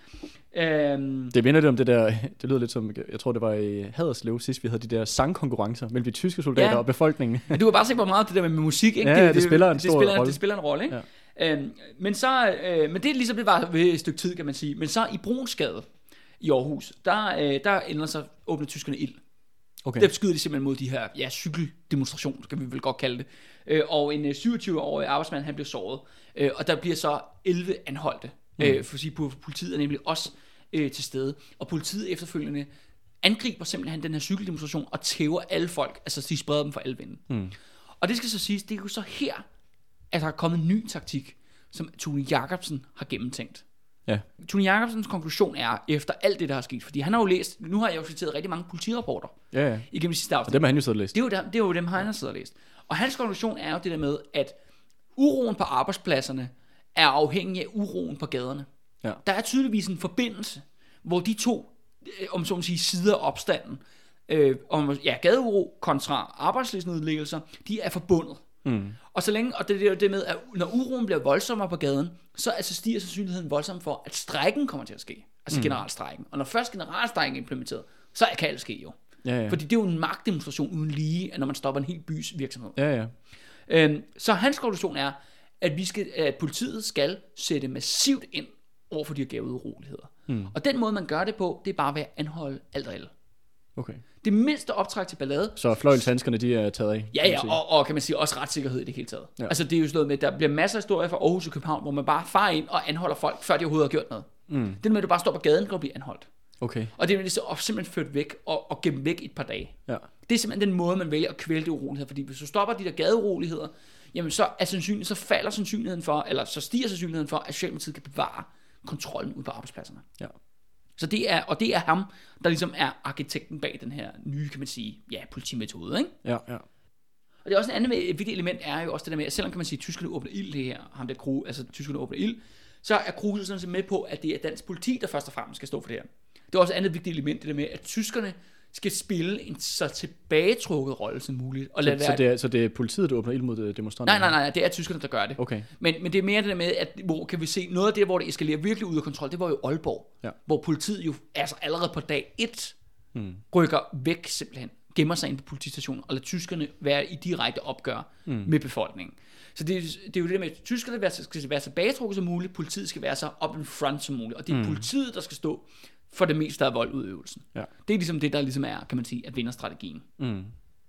[SPEAKER 3] Um,
[SPEAKER 2] det minder det om det der, det lyder lidt som, jeg tror det var i Haderslev sidst, vi havde de der sangkonkurrencer mellem de tyske soldater ja. og befolkningen.
[SPEAKER 3] Men du kan bare se, hvor meget det der med musik, ikke?
[SPEAKER 2] Ja,
[SPEAKER 3] det,
[SPEAKER 2] det, det spiller en
[SPEAKER 3] det,
[SPEAKER 2] stor
[SPEAKER 3] det spiller,
[SPEAKER 2] rolle.
[SPEAKER 3] Det spiller en rolle, ikke?
[SPEAKER 2] Ja.
[SPEAKER 3] Um, men så, uh, men det er ligesom det var ved et stykke tid, kan man sige. Men så i Brunsgade i Aarhus, der, uh, der ender så åbner tyskerne ild. Okay. Der skyder de simpelthen mod de her ja, cykeldemonstrationer, skal vi vel godt kalde det. Øh, og en syvogtyve-årig arbejdsmand, han bliver såret. Øh, og der bliver så elleve anholdte. Mm. Øh, for at sige, politiet er nemlig også øh, til stede. Og politiet efterfølgende angriber simpelthen den her cykeldemonstration og tæver alle folk. Altså de spreder dem for alle vinden. Mm. Og det skal så siges, det er jo så her, at der er kommet en ny taktik, som Tune Jacobsen har gennemtænkt. Ja. Tune Jacobsens konklusion er, efter alt det, der har sket, fordi han har jo læst, nu har jeg jo citeret rigtig mange politirapporter
[SPEAKER 2] ja, ja.
[SPEAKER 3] igennem de sidste afsnit.
[SPEAKER 2] Og dem har han jo siddet og læst.
[SPEAKER 3] Det er jo dem, det er jo dem han har siddet og læst. Og hans konklusion er jo det der med, at uroen på arbejdspladserne er afhængig af uroen på gaderne. Ja. Der er tydeligvis en forbindelse, hvor de to, om så man sige, sider af opstanden, øh, om ja, gadeuro kontra arbejdsløshedsnedlæggelser, de er forbundet. Mm. Og så længe, og det er jo det med, at når uroen bliver voldsommere på gaden, så altså stiger sandsynligheden voldsomt for, at strejken kommer til at ske. Altså mm. generalstrejken. Og når først generalstrejken er implementeret, så kan alt ske jo. Ja, ja. Fordi det er jo en magtdemonstration uden lige, når man stopper en hel bys virksomhed. Ja, ja. Øhm, så hans konklusion er, at, vi skal, at politiet skal sætte massivt ind over for de her gavede uroligheder. Mm. Og den måde, man gør det på, det er bare ved at anholde alt og alle. Okay. Det mindste optræk til ballade.
[SPEAKER 2] Så fløjelshandskerne, de er taget af?
[SPEAKER 3] Ja, ja, og, og kan man sige også retssikkerhed i det hele taget. Ja. Altså det er jo sådan noget med, der bliver masser af historier fra Aarhus og København, hvor man bare farer ind og anholder folk, før de overhovedet har gjort noget. Mm. Det med, at du bare står på gaden, kan du blive anholdt. Okay. Og det er så simpelthen ført væk og, og gemt væk et par dage. Ja. Det er simpelthen den måde, man vælger at kvæle det uroligheder. Fordi hvis du stopper de der gaderoligheder, jamen så, er sandsynlig, så falder sandsynligheden for, eller så stiger sandsynligheden for, at Socialdemokratiet kan bevare kontrollen ude på arbejdspladserne. Ja. Så det er, og det er ham, der ligesom er arkitekten bag den her nye, kan man sige, ja, politimetode, ikke? Ja, ja. Og det er også en anden et vigtigt element, er jo også det der med, at selvom kan man sige, at tyskerne åbner ild, det her, ham der Kruse, altså tyskerne åbner ild, så er Kruse sådan set med på, at det er dansk politi, der først og fremmest skal stå for det her. Det er også et andet vigtigt element, det der med, at tyskerne skal spille en så tilbagetrukket rolle som muligt. Og
[SPEAKER 2] så, så, det er, så det er politiet, der åbner ild mod demonstranterne?
[SPEAKER 3] Nej, nej, nej, det er tyskerne, der gør det. Okay. Men, men det er mere det der med, at hvor kan vi se, noget af det, hvor det eskalerer virkelig ud af kontrol, det var jo Aalborg. Ja. Hvor politiet jo altså allerede på dag et hmm. rykker væk simpelthen, gemmer sig ind på politistationen, og lader tyskerne være i direkte opgør hmm. med befolkningen. Så det, det er jo det med, at tyskerne skal være så tilbagetrukket som muligt, politiet skal være så up in front som muligt, og det er hmm. politiet, der skal stå for det meste af voldudøvelsen. Ja. Det er ligesom det, der ligesom er, kan man sige, at vinderstrategien. Mm.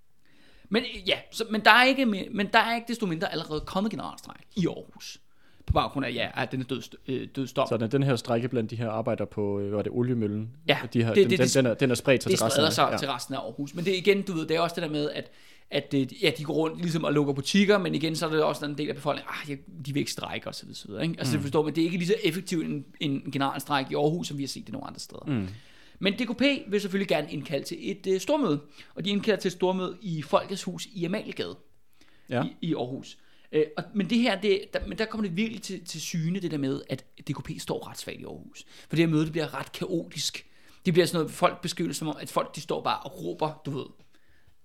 [SPEAKER 3] Men ja, så, men, der er ikke, men der er ikke desto mindre allerede kommet generalstrejk i Aarhus. På baggrund af, ja, at den er død, øh, dødsdom.
[SPEAKER 2] Så den her strejke blandt de her arbejder på, hvad var det, oliemøllen? Ja, de her, det, den, det, den, den, er, den er spredt sig
[SPEAKER 3] det
[SPEAKER 2] til resten af,
[SPEAKER 3] sig ja. til resten af Aarhus. Men det igen, du ved, det er også det der med, at at ja, de går rundt ligesom og lukker butikker, men igen, så er det også en del af befolkningen, ah, de vil ikke strejke og så videre, ikke? Altså, mm. det forstår man, det er ikke lige så effektivt en, en generalstrejke i Aarhus, som vi har set det nogle andre steder. Mm. Men D K P vil selvfølgelig gerne indkalde til et uh, stormøde, og de indkalder til et stormøde i Folkets Hus i Amaliegade ja. i, i Aarhus. Uh, og, men det her, det, der, men der kommer det virkelig til, til syne, det der med, at D K P står ret svagt i Aarhus. For det her møde, det bliver ret kaotisk. Det bliver sådan noget, folk beskriver som om, at folk, de står bare og råber, du ved,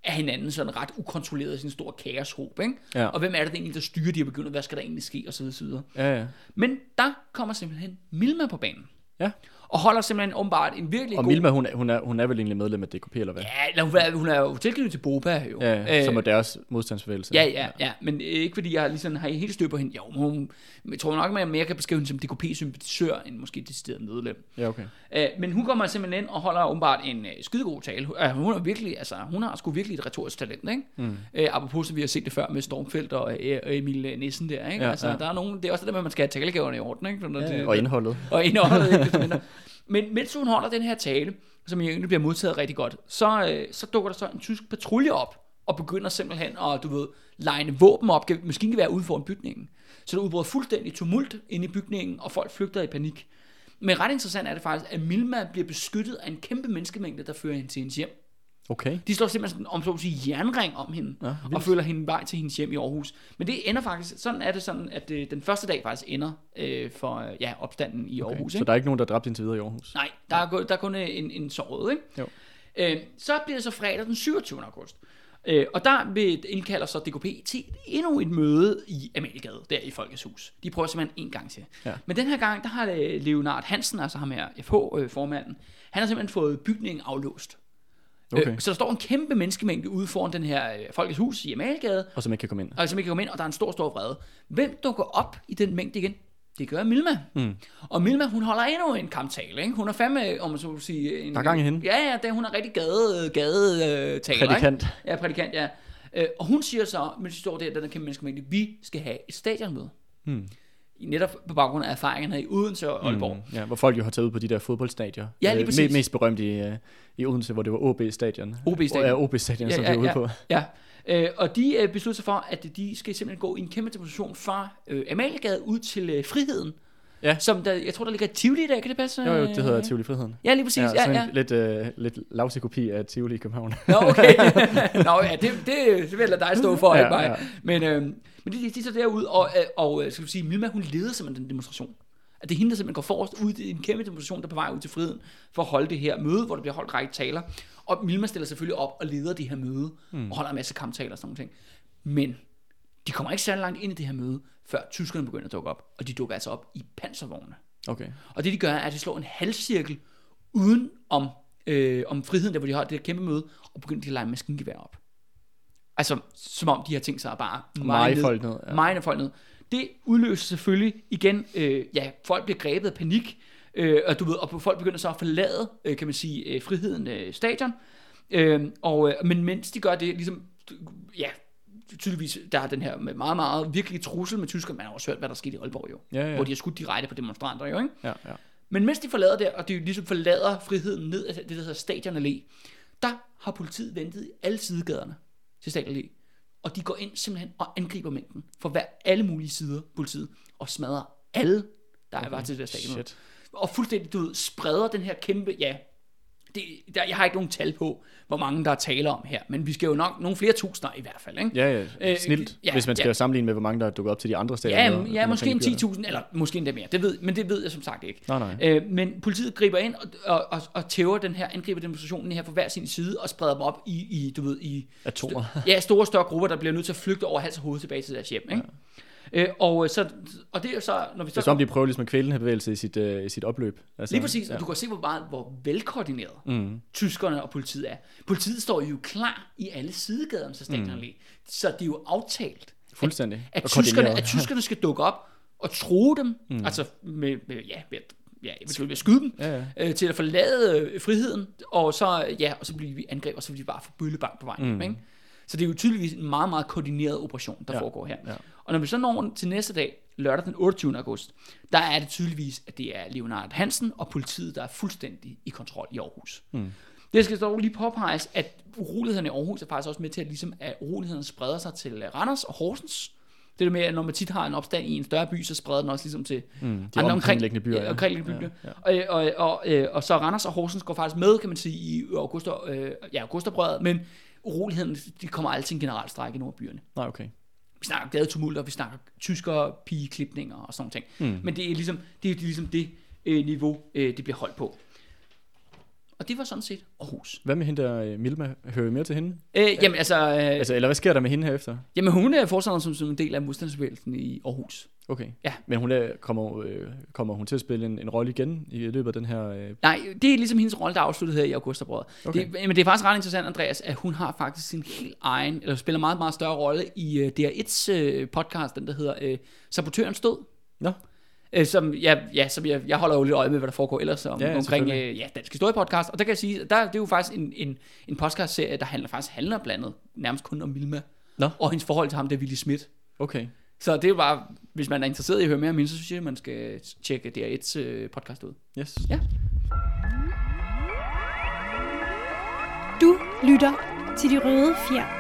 [SPEAKER 3] af hinanden sådan ret ukontrolleret i sin store kaoshob, ikke?
[SPEAKER 2] Ja.
[SPEAKER 3] Og hvem er det egentlig, der styrer de her begynder, hvad skal der egentlig ske, og så videre.
[SPEAKER 2] Ja, ja.
[SPEAKER 3] Men der kommer simpelthen Milma på banen.
[SPEAKER 2] Ja.
[SPEAKER 3] Og holder simpelthen åbenbart en virkelig
[SPEAKER 2] Og
[SPEAKER 3] god...
[SPEAKER 2] Milma, hun er, hun, er, hun er vel egentlig medlem af D K P, eller hvad?
[SPEAKER 3] Ja, eller hun er, hun er jo tilknyttet til BOPA, jo.
[SPEAKER 2] Ja, som er
[SPEAKER 3] Øh,
[SPEAKER 2] deres modstandsbevægelse.
[SPEAKER 3] Ja, ja, ja, men ikke fordi jeg ligesom har helt styr på hende. Jo, hun, jeg tror nok, at jeg mere kan beskrive hende som D K P-sympatisør, end måske decideret medlem.
[SPEAKER 2] Ja, okay.
[SPEAKER 3] Øh, men hun kommer simpelthen ind og holder åbenbart en øh, skidegod tale. Øh, hun er virkelig, altså, hun har sgu virkelig et retorisk talent, ikke? Mm. Øh, apropos, så vi har set det før med Stormfeldt og, øh, og Emil Nissen der, ikke?
[SPEAKER 2] Ja,
[SPEAKER 3] altså,
[SPEAKER 2] ja.
[SPEAKER 3] der er nogen, det er også det der med, at man skal have talegaverne i orden, ikke? Sådan,
[SPEAKER 2] Ja,
[SPEAKER 3] det,
[SPEAKER 2] og indholdet.
[SPEAKER 3] Og indholdet, ikke? Desto mindre. Men mens hun holder den her tale, som egentlig bliver modtaget rigtig godt, så, øh, så dukker der så en tysk patrulje op, og begynder simpelthen at, du ved, legne våben op, maskingevær ude foran bygningen. Så der udbryder fuldstændig tumult inde i bygningen, og folk flygter i panik. Men ret interessant er det faktisk, at Milma bliver beskyttet af en kæmpe menneskemængde, der fører hende til hendes hjem.
[SPEAKER 2] Okay.
[SPEAKER 3] De slår simpelthen om så at sige jernring om hende,
[SPEAKER 2] Ja,
[SPEAKER 3] og følger hende vej til hendes hjem i Aarhus. Men det ender faktisk, sådan er det sådan, at øh, den første dag faktisk ender øh, for øh, ja, opstanden i
[SPEAKER 2] okay.
[SPEAKER 3] Aarhus.
[SPEAKER 2] Så
[SPEAKER 3] Ikke?
[SPEAKER 2] der er ikke nogen, der er dræbt indtil videre i Aarhus?
[SPEAKER 3] Nej, der er, der er kun en, en såret, ikke?
[SPEAKER 2] Jo.
[SPEAKER 3] Øh, så bliver det så fredag den syvogtyvende august. Øh, og der vil indkalder så D K P til endnu et møde i Amaliegade, der i Folkets Hus. De prøver simpelthen en gang til.
[SPEAKER 2] Ja.
[SPEAKER 3] Men den her gang, der har det Leonard Hansen, altså ham her F H-formanden, han har simpelthen fået bygningen aflåst.
[SPEAKER 2] Okay.
[SPEAKER 3] Øh, så der står en kæmpe menneskemængde ude foran den her øh, Folkets Hus i Amaliegade,
[SPEAKER 2] Og som ikke kan komme ind?
[SPEAKER 3] og som ikke kan komme ind, og der er en stor, stor vrede. Hvem dukker op i den mængde igen? Det gør Milma. Mm. Og Milma, hun holder endnu en kamptale, ikke? Hun er fandme, om man så vil sige... En,
[SPEAKER 2] Der er gang i hende.
[SPEAKER 3] Ja, ja, det, hun er rigtig gade, gade øh, taler,
[SPEAKER 2] Prædikant.
[SPEAKER 3] Ikke? Ja, prædikant, ja. Øh, og hun siger så, mens de står der, den der kæmpe menneskemængde, vi skal have et stadionmøde. Mm. Netop på baggrund af erfaringerne i Odense og Aalborg.
[SPEAKER 2] Mm, ja, hvor folk jo har taget ud på de der fodboldstadier.
[SPEAKER 3] Ja, lige
[SPEAKER 2] Øh,
[SPEAKER 3] præcis.
[SPEAKER 2] Mest berømt i, uh, i Odense, hvor det var O B-stadion.
[SPEAKER 3] O B-stadion.
[SPEAKER 2] Ja, O B-stadion,
[SPEAKER 3] Ja,
[SPEAKER 2] som
[SPEAKER 3] ja,
[SPEAKER 2] det var ude
[SPEAKER 3] ja,
[SPEAKER 2] på.
[SPEAKER 3] Ja, øh, og de øh, beslutter sig for, at de skal simpelthen gå i en kæmpe demonstration fra øh, Amaliegade ud til øh, Friheden.
[SPEAKER 2] Ja.
[SPEAKER 3] Som der, jeg tror, der ligger i Tivoli i dag, kan det passe?
[SPEAKER 2] Jo, jo, det hedder Tivoli Friheden.
[SPEAKER 3] Ja, lige præcis.
[SPEAKER 2] Ja,
[SPEAKER 3] Ja,
[SPEAKER 2] sådan
[SPEAKER 3] ja.
[SPEAKER 2] en lidt, uh, lidt lavsig kopi af Tivoli i København.
[SPEAKER 3] Nå, okay. Nå, ja, det, det, det vil jeg dig stå for,
[SPEAKER 2] Ja,
[SPEAKER 3] ikke mig.
[SPEAKER 2] ja.
[SPEAKER 3] Men, øh, men de, de, de tager derud, og, øh, og skal vi sige, Milma, hun leder simpelthen den demonstration. At det er hende, der simpelthen går forrest ud i en kæmpe demonstration, der er på vej ud til Friheden, for at holde det her møde, hvor der bliver holdt række taler. Og Milma stiller selvfølgelig op og leder det her møde, mm. og holder en masse kamptaler og sådan nogle ting. Men de kommer ikke særlig langt ind i det her møde, før tyskerne begynder at dukke op. Og de dukker altså op i panservogne.
[SPEAKER 2] Okay.
[SPEAKER 3] Og det de gør, er, at de slår en halvcirkel uden om, øh, om Friheden, der hvor de har det her kæmpe møde, og begynder de at lege maskingevær op. Altså, som om de har tænkt sig at bare
[SPEAKER 2] Meget folk ned. Ja.
[SPEAKER 3] Meget folk ned. Det udløser selvfølgelig igen, øh, ja, folk bliver grebet af panik, øh, og, du ved, og folk begynder så at forlade, øh, kan man sige, øh, Friheden øh, stadion. Øh, og, øh, men mens de gør det, ligesom, ja, tydeligvis, der er den her med meget, meget virkelig trussel med tyskerne. Man har også hørt, hvad der skete i Aalborg jo,
[SPEAKER 2] Ja, ja.
[SPEAKER 3] hvor de har skudt direkte på demonstranter jo, ikke?
[SPEAKER 2] Ja, ja.
[SPEAKER 3] Men mens de forlader der, og de ligesom forlader Friheden ned af det, der hedder Stadion Allé, der har politiet ventet i alle sidegaderne til Stadion Allé. Og de går ind simpelthen og angriber mængden for hver alle mulige sider, politiet, og smadrer alle, der okay. er til det der stadion.
[SPEAKER 2] Shit.
[SPEAKER 3] Og fuldstændig, du ved, spreder den her kæmpe, ja, det, der, jeg har ikke nogen tal på, hvor mange der er tale om her, men vi skal jo nok nogle flere tusinder i hvert fald, ikke?
[SPEAKER 2] Ja, ja,
[SPEAKER 3] Øh,
[SPEAKER 2] snilt,
[SPEAKER 3] ja,
[SPEAKER 2] hvis man skal
[SPEAKER 3] ja.
[SPEAKER 2] sammenligne med, hvor mange der er dukket op til de andre steder.
[SPEAKER 3] Ja, ja, måske en ti tusind, eller måske endda mere, det ved, men det ved jeg som sagt ikke.
[SPEAKER 2] Nej, nej.
[SPEAKER 3] Øh, men politiet griber ind og, og, og, og tæver den her, angriber demonstrationen her på hver sin side, og spreder dem op i, i du ved, i
[SPEAKER 2] Atomer.
[SPEAKER 3] ja, store, større grupper, der bliver nødt til at flygte over hals og hoved tilbage til deres hjem, ikke? Ja. Øh, og, så, og det er jo så, når vi så...
[SPEAKER 2] Det er som, de prøver ligesom at kvæle den her bevægelse i sit, uh, i sit opløb. Altså,
[SPEAKER 3] Lige præcis,
[SPEAKER 2] ja.
[SPEAKER 3] og du kan se, hvor, meget, hvor velkoordineret
[SPEAKER 2] Mm.
[SPEAKER 3] tyskerne og politiet er. Politiet står jo klar i alle sidegaderne til Stadion Allé, så det er jo aftalt,
[SPEAKER 2] Fuldstændig.
[SPEAKER 3] at, at,
[SPEAKER 2] Og
[SPEAKER 3] tyskerne,
[SPEAKER 2] koordineret.
[SPEAKER 3] at tyskerne skal dukke op og true dem, mm. altså med, med, ja, med, ja, eventuelt ved at skyde dem,
[SPEAKER 2] Ja, ja.
[SPEAKER 3] øh, til at forlade øh, friheden, og så, ja, og så bliver vi angrebet, og så vil de bare få bøllebank på vejen. Mm. Ikke? Så det er jo tydeligvis en meget, meget koordineret operation, der
[SPEAKER 2] Ja.
[SPEAKER 3] foregår her.
[SPEAKER 2] Ja.
[SPEAKER 3] Og når vi så når til næste dag, lørdag den otteogtyvende august, der er det tydeligvis, at det er Leonard Hansen og politiet, der er fuldstændig i kontrol i Aarhus. Mm. Det skal dog lige påpeges, at urolighederne i Aarhus er faktisk også med til, at, ligesom, at urolighederne spreder sig til Randers og Horsens. Det er det med, at når man tit har en opstand i en større by, så spreder den også ligesom til
[SPEAKER 2] Mm, de omkringliggende byer.
[SPEAKER 3] Ja, omkringliggende byer.
[SPEAKER 2] Ja,
[SPEAKER 3] ja. Og, og, og, og, og så Randers og Horsens går faktisk med, kan man sige, i august, øh, ja, augustoprøret, men uroligheden, de kommer altid til en generalstrække i nogle af byerne.
[SPEAKER 2] Nej, okay.
[SPEAKER 3] Vi snakker gadetumulter, vi snakker tyskere, pigeklipninger og sådan ting. Mm. Men det er ligesom det, er ligesom det øh, niveau, øh, det bliver holdt på. Og og det var sådan set Aarhus.
[SPEAKER 2] Hvad med hende der, Milma? Hører vi mere til hende?
[SPEAKER 3] Øh, jamen altså, øh,
[SPEAKER 2] altså... Eller hvad sker der med hende herefter?
[SPEAKER 3] Jamen hun er forstander som, som en del af modstandsbevægelsen i Aarhus.
[SPEAKER 2] Okay,
[SPEAKER 3] ja.
[SPEAKER 2] Men hun er, kommer, øh, kommer hun til at spille en, en rolle igen i løbet af den her... Øh...
[SPEAKER 3] Nej, det er ligesom hendes rolle, der er afsluttet her i Augustabrødret. Okay. Det, men det er faktisk ret interessant, Andreas, at hun har faktisk sin helt egen, eller spiller meget, meget større rolle i uh, D R et's uh, podcast, den der hedder uh, Sabotørens død.
[SPEAKER 2] Nå.
[SPEAKER 3] Uh, som, ja, ja, som jeg, jeg holder jo lidt øje med, hvad der foregår ellers om,
[SPEAKER 2] ja,
[SPEAKER 3] omkring uh, ja, Dansk Historiepodcast. Og der kan jeg sige, der, det er jo faktisk en, en, en podcast-serie, der handler, faktisk handler blandt andet nærmest kun om Milma.
[SPEAKER 2] Nå.
[SPEAKER 3] Og hendes forhold til ham, det er Willy Schmidt.
[SPEAKER 2] Okay.
[SPEAKER 3] Så det er jo bare, hvis man er interesseret i at høre mere om hende, så synes jeg, at man skal tjekke D R et's uh, podcast ud.
[SPEAKER 2] Yes.
[SPEAKER 3] Ja.
[SPEAKER 1] Du lytter til De Røde Fjer.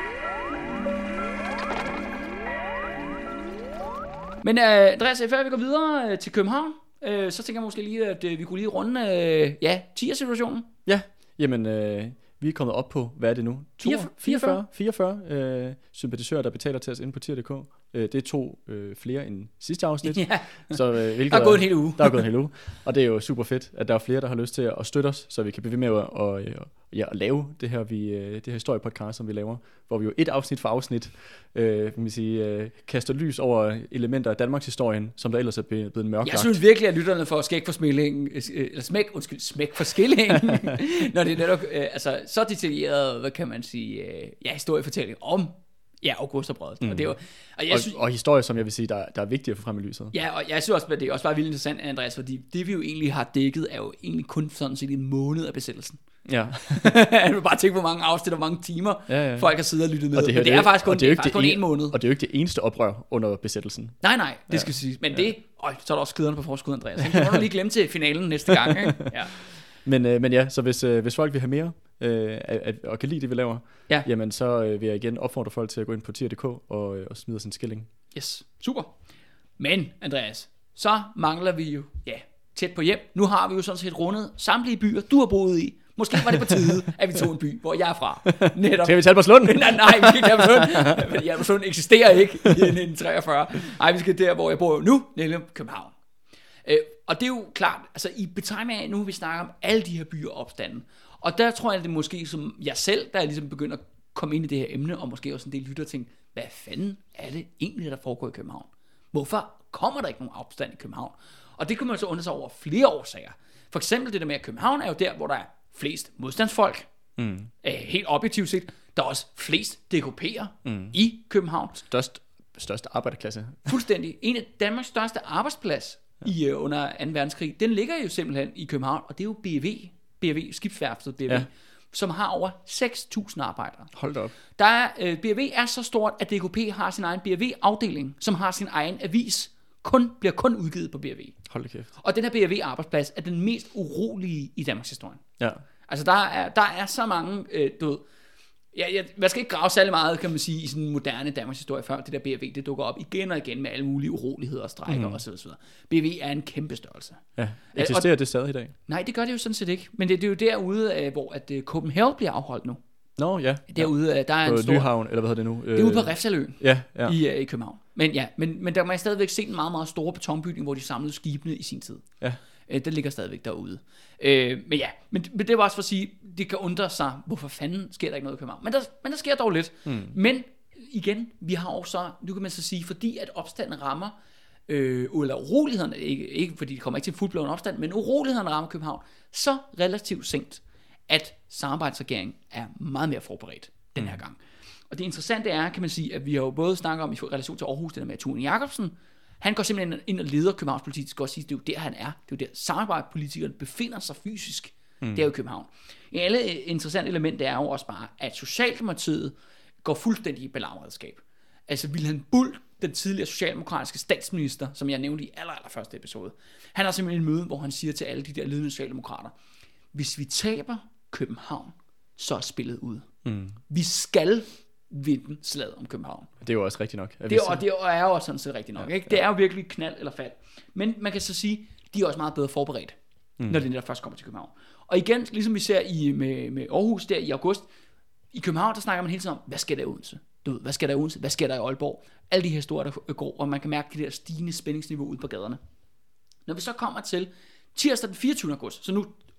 [SPEAKER 3] Men uh, Andreas, før vi går videre uh, til København, uh, så tænker jeg måske lige, at uh, vi kunne lige runde uh, ja, tier-situationen.
[SPEAKER 2] Ja, jamen øh, vi er kommet op på, hvad er det nu?
[SPEAKER 3] fireogfyrre.
[SPEAKER 2] fireogfyrre øh, sympatisører, der betaler til os inde på tier punktum d k. Øh, det er to øh, flere end sidste afsnit.
[SPEAKER 3] Ja.
[SPEAKER 2] Så, øh, hvilket
[SPEAKER 3] der er gået en hel uge.
[SPEAKER 2] Der er gået en hel uge. Og det er jo super fedt, at der er flere, der har lyst til at støtte os, så vi kan blive ved med at, og, ja, at lave det her, vi, det her historiepodcast, som vi laver, hvor vi jo et afsnit for afsnit øh, kan man sige, øh, kaster lys over elementer af Danmarks historien, som der ellers er blevet mørklagt.
[SPEAKER 3] Jeg synes virkelig, at lytterne får skæg for smællingen, eller smæk, undskyld, smæk for skillingen, når det er netop øh, altså, så detaljeret, hvad kan man sige, øh, ja, historiefortælling om ja, Augustabrødret. Mm. Og, det er jo, og, jeg synes,
[SPEAKER 2] og, og historie, som jeg vil sige, der, der er vigtigt at få frem i lyset.
[SPEAKER 3] Ja, og jeg synes også, at det er også bare vildt interessant, Andreas, fordi det vi jo egentlig har dækket, er jo egentlig kun sådan set en måned af besættelsen.
[SPEAKER 2] Ja.
[SPEAKER 3] Jeg vil bare tænke, hvor mange afsnit og hvor mange timer ja, ja. folk har siddet og lyttet med. Og det, her,
[SPEAKER 2] og
[SPEAKER 3] det, det er faktisk kun, det er faktisk kun en måned.
[SPEAKER 2] Og det er jo ikke det eneste oprør under besættelsen.
[SPEAKER 3] Nej, nej, det skal ja. siges. Men ja. det, øj, så er der også skiderne på forskud, Andreas. Så kan du lige glemme til finalen næste gang. Ikke? Ja.
[SPEAKER 2] Men, øh, men ja, så hvis, øh, hvis folk vil have mere, øh, at, og kan lide det, vi laver, ja. jamen så øh, vil jeg igen opfordre folk til at gå ind på tier punktum d k og, øh, og smide sin skilling.
[SPEAKER 3] Yes, super. Men, Andreas, så mangler vi jo, ja, tæt på hjem. Nu har vi jo sådan set rundet samtlige byer, du har boet i. Måske var det på tide, at vi tog en by, hvor jeg er fra. Netop.
[SPEAKER 2] Skal vi til Albertslund?
[SPEAKER 3] nej, nej, vi skal ikke til Albertslund. Fordi Albertslund eksisterer ikke i nitten treogfyrre. Nej, vi skal der, hvor jeg bor nu, nemlig København. Øh, og det er jo klart, altså i betegning af, nu vi snakker om alle de her byer opstanden. Og der tror jeg, at det måske som jeg selv, der er ligesom begynder at komme ind i det her emne, og måske også en del lytter ting, hvad fanden er det egentlig, der foregår i København? Hvorfor kommer der ikke nogen opstand i København? Og det kunne man så undre sig over flere årsager. For eksempel det der med, at København er jo der, hvor der er flest modstandsfolk, mm. øh, helt objektivt set. Der er også flest D K P'er mm. i København.
[SPEAKER 2] Størst, største arbejderklasse.
[SPEAKER 3] Fuldstændig. En af Danmarks største arbejdsplads ja. i uh, under anden verdenskrig, den ligger jo simpelthen i København, og det er jo B V, B V, skibsværftet B V, ja. som har over seks tusind arbejdere.
[SPEAKER 2] Hold da op.
[SPEAKER 3] Der er, uh, B V er så stort, at D K P har sin egen B V-afdeling, som har sin egen avis, kun, bliver kun udgivet på B V.
[SPEAKER 2] Hold da kæft.
[SPEAKER 3] Og den her B V-arbejdsplads er den mest urolige i Danmarks historie.
[SPEAKER 2] Ja.
[SPEAKER 3] Altså der er, der er så mange, øh, du ved, ja, ja, man skal ikke grave særlig meget, kan man sige, i sådan en moderne Danmarks historie, før det der B V, det dukker op igen og igen med alle mulige uroligheder og strejker mm. osv. B V er en kæmpe størrelse.
[SPEAKER 2] Ja, eksisterer og, det stadig i dag?
[SPEAKER 3] Nej, det gør det jo sådan set ikke, men det, det er jo derude, hvor at uh, Copenhagen bliver afholdt nu.
[SPEAKER 2] Nå, ja.
[SPEAKER 3] Derude, der er
[SPEAKER 2] på
[SPEAKER 3] en stor...
[SPEAKER 2] Nyhavn, eller hvad hedder det nu?
[SPEAKER 3] Det er ude på Refsaløen
[SPEAKER 2] ja, ja.
[SPEAKER 3] I, uh, i København. Men ja, men, men der må jeg stadigvæk se en meget, meget store betonbygning, hvor de samlede skibene i sin tid. Ja. Uh, den ligger stadigvæk derude. Uh, men ja, men, men det var også for at sige, det kan undre sig, hvorfor fanden sker der ikke noget i København. Men der, men der sker dog lidt. Mm. Men igen, vi har også, nu kan man så sige, fordi at opstanden rammer, øh, eller urolighederne, ikke, ikke fordi det kommer ikke til fuldblåen opstand, men urolighederne rammer København så relativt sent, at samarbejdsregeringen er meget mere forberedt den her gang. Og det interessante er, kan man sige, at vi har jo både snakket om i relation til Aarhus, det der med Thune Jacobsen, han går simpelthen ind og leder Københavns politi, det skal også sige, det er jo der han er, det er jo der samarbejdspolitikerne befinder sig fysisk, mm. det er jo i København. En alle interessant element er jo også bare, at Socialdemokratiet går fuldstændig i belavredskab. Altså Wilhelm Buhl, den tidligere socialdemokratiske statsminister, som jeg nævnte i aller, aller første episode, han har simpelthen en møde, hvor han siger til alle de der ledende socialdemokrater, hvis vi taber København, så er spillet ud. Mm. Vi skal vinde slaget om København.
[SPEAKER 2] Det er jo også rigtigt nok.
[SPEAKER 3] Det er, og det er jo også sådan set rigtigt nok. Ja, ikke? Det er jo virkelig knald eller fald. Men man kan så sige, de er også meget bedre forberedt, mm. når det der først kommer til København. Og igen, ligesom vi ser i, med, med Aarhus der i august, i København, der snakker man hele tiden om, hvad sker der i Odense? Du ved, hvad sker der i Odense? Hvad sker der i Aalborg? Alle de her historier, der går, og man kan mærke det der stigende spændingsniveau ude på gaderne. Når vi så kommer til tirsdag den fireogtyvende august, så nu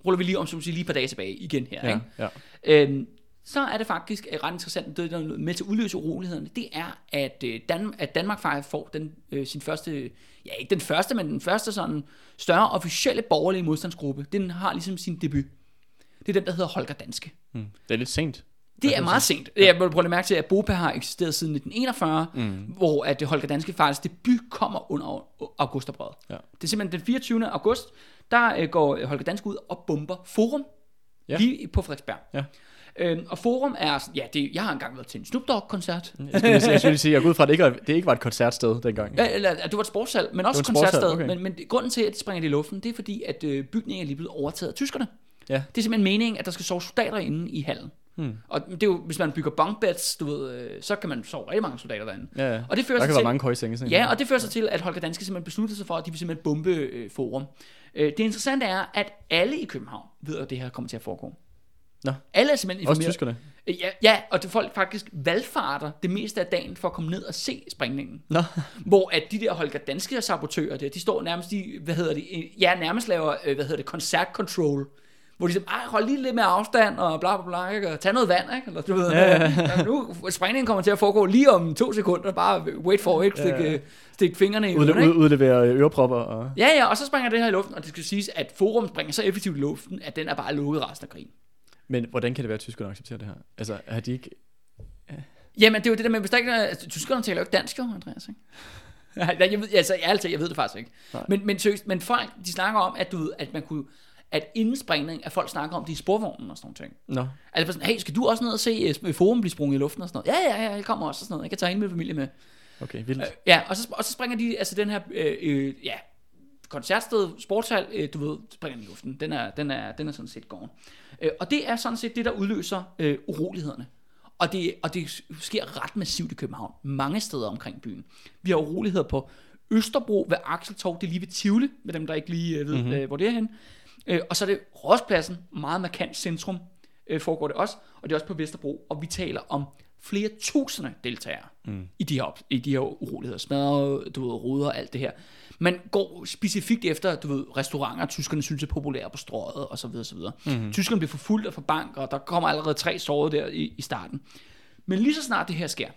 [SPEAKER 3] ruller vi lige om, som sige, lige et par dage tilbage igen her.
[SPEAKER 2] Ja,
[SPEAKER 3] ikke?
[SPEAKER 2] ja.
[SPEAKER 3] Øhm, så er det faktisk ret interessant, det der er med til at udløse urolighederne, det er, at, øh, Dan- at Danmark faktisk får den, øh, sin første, ja ikke den første, men den første sådan større officielle borgerlige modstandsgruppe. Den har ligesom sin debut. Det er den, der hedder Holger Danske.
[SPEAKER 2] Mm. Det er lidt sent.
[SPEAKER 3] Det er meget sent. Jeg vil prøve at mærke til, at BOPA har eksisteret siden nitten enogfyrre, mm. hvor at Holger Danske faktisk debut kommer under augustoprøret. Ja. Det er simpelthen den fireogtyvende august, der øh, går Holger Danske ud og bomber Forum, ja. lige på Frederiksberg. Ja. Øhm, og Forum er, ja, det, jeg har engang været til en Snoop Dogg-koncert.
[SPEAKER 2] Jeg skulle, jeg skulle sige, jeg går ud fra, at det ikke var, det ikke var et koncertsted dengang.
[SPEAKER 3] Ja, eller, det var et sportshal, men også et koncertsted. Okay. Men, men grunden til, at de springer det i luften, det er fordi, at øh, bygningen er lige blevet overtaget af tyskerne. Ja. Det er simpelthen meningen, at der skal sove soldater inde i hallen. Hmm. Og det er jo, hvis man bygger bunkbeds, du ved, øh, så kan man sove rigtig mange soldater derinde.
[SPEAKER 2] Ja, ja.
[SPEAKER 3] Og det fører
[SPEAKER 2] der
[SPEAKER 3] sig
[SPEAKER 2] kan
[SPEAKER 3] til,
[SPEAKER 2] være mange køjesenge.
[SPEAKER 3] Ja, og det fører sig til, at Holger Danske simpelthen besluttede sig for, at de vil simpelthen bombe øh, Forum. Øh, det interessante er, at alle i København ved, at det her kommer til at foregå.
[SPEAKER 2] Nå.
[SPEAKER 3] Alle er simpelthen informeret.
[SPEAKER 2] Også tyskerne?
[SPEAKER 3] Ja, ja, og det folk faktisk valgfarter det meste af dagen for at komme ned og se sprængningen. Nå. Hvor at de der Holger Danske sabotører der, de står nærmest i, hvad hedder det, ja, nærmest laver, hvad hedder det, koncertcontrol. Hvor de siger, ej, hold lige lidt med afstand, og bla bla bla, ikke? Og tag noget vand, ikke? Eller, du ved, ja, ja. Ja, nu sprængningen kommer til at foregå lige om to sekunder, bare wait for it, stik, ja, ja. stik fingrene i ørerne,
[SPEAKER 2] ikke? Udlevere ørepropper. Og...
[SPEAKER 3] Ja, ja, og så springer det her i luften, og det skal siges, at Forum springer så effektivt i luften, at den er bare lukket resten af krigen. Men
[SPEAKER 2] hvordan kan det være, at tyskerne accepterer det her? Altså, har de ikke...
[SPEAKER 3] Ja. Jamen, det er jo det der med, hvis der ikke er... Altså, tyskerne taler jo ikke dansk, jo, Andreas, ikke? jeg, ved, altså, ærligt, jeg ved det faktisk ikke. Men, men, seriøst, men folk, de snakker om, at, du ved, at man kunne... At inden sprængning, at folk snakker om det i sporvognen og sådan nogle ting. Nå. Altså sådan, hey, skal du også ned og se Forum blive sprunget i luften og sådan noget? Ja, ja, ja, jeg kommer også og sådan noget. Jeg kan tage hele min familie med.
[SPEAKER 2] Okay, vildt. Øh,
[SPEAKER 3] ja, og så, og så springer de, altså den her, øh, øh, ja, koncertsted, sportshal, øh, du ved, springer i luften. Den er, den er, den er sådan set gården. Øh, og det er sådan set det, der udløser øh, urolighederne. Og det, og det sker ret massivt i København. Mange steder omkring byen. Vi har uroligheder på Østerbro ved Axeltorv, det er lige ved Tivoli, med dem, der ikke lige øh, ved, mm-hmm. øh, hvor det er henne. Øh, og så er det Rådspladsen, meget markant centrum, øh, foregår det også, og det er også på Vesterbro, og vi taler om flere tusinde deltagere mm. i, de her, i de her uroligheder, smadre, du ved, ruder og alt det her. Man går specifikt efter, du ved, restauranter, tyskerne synes er populære på Strøget, og så videre, så videre. Mm-hmm. Tyskerne bliver forfulgt og for bank, og der kommer allerede tre sårede der i, i starten. Men lige så snart det her sker,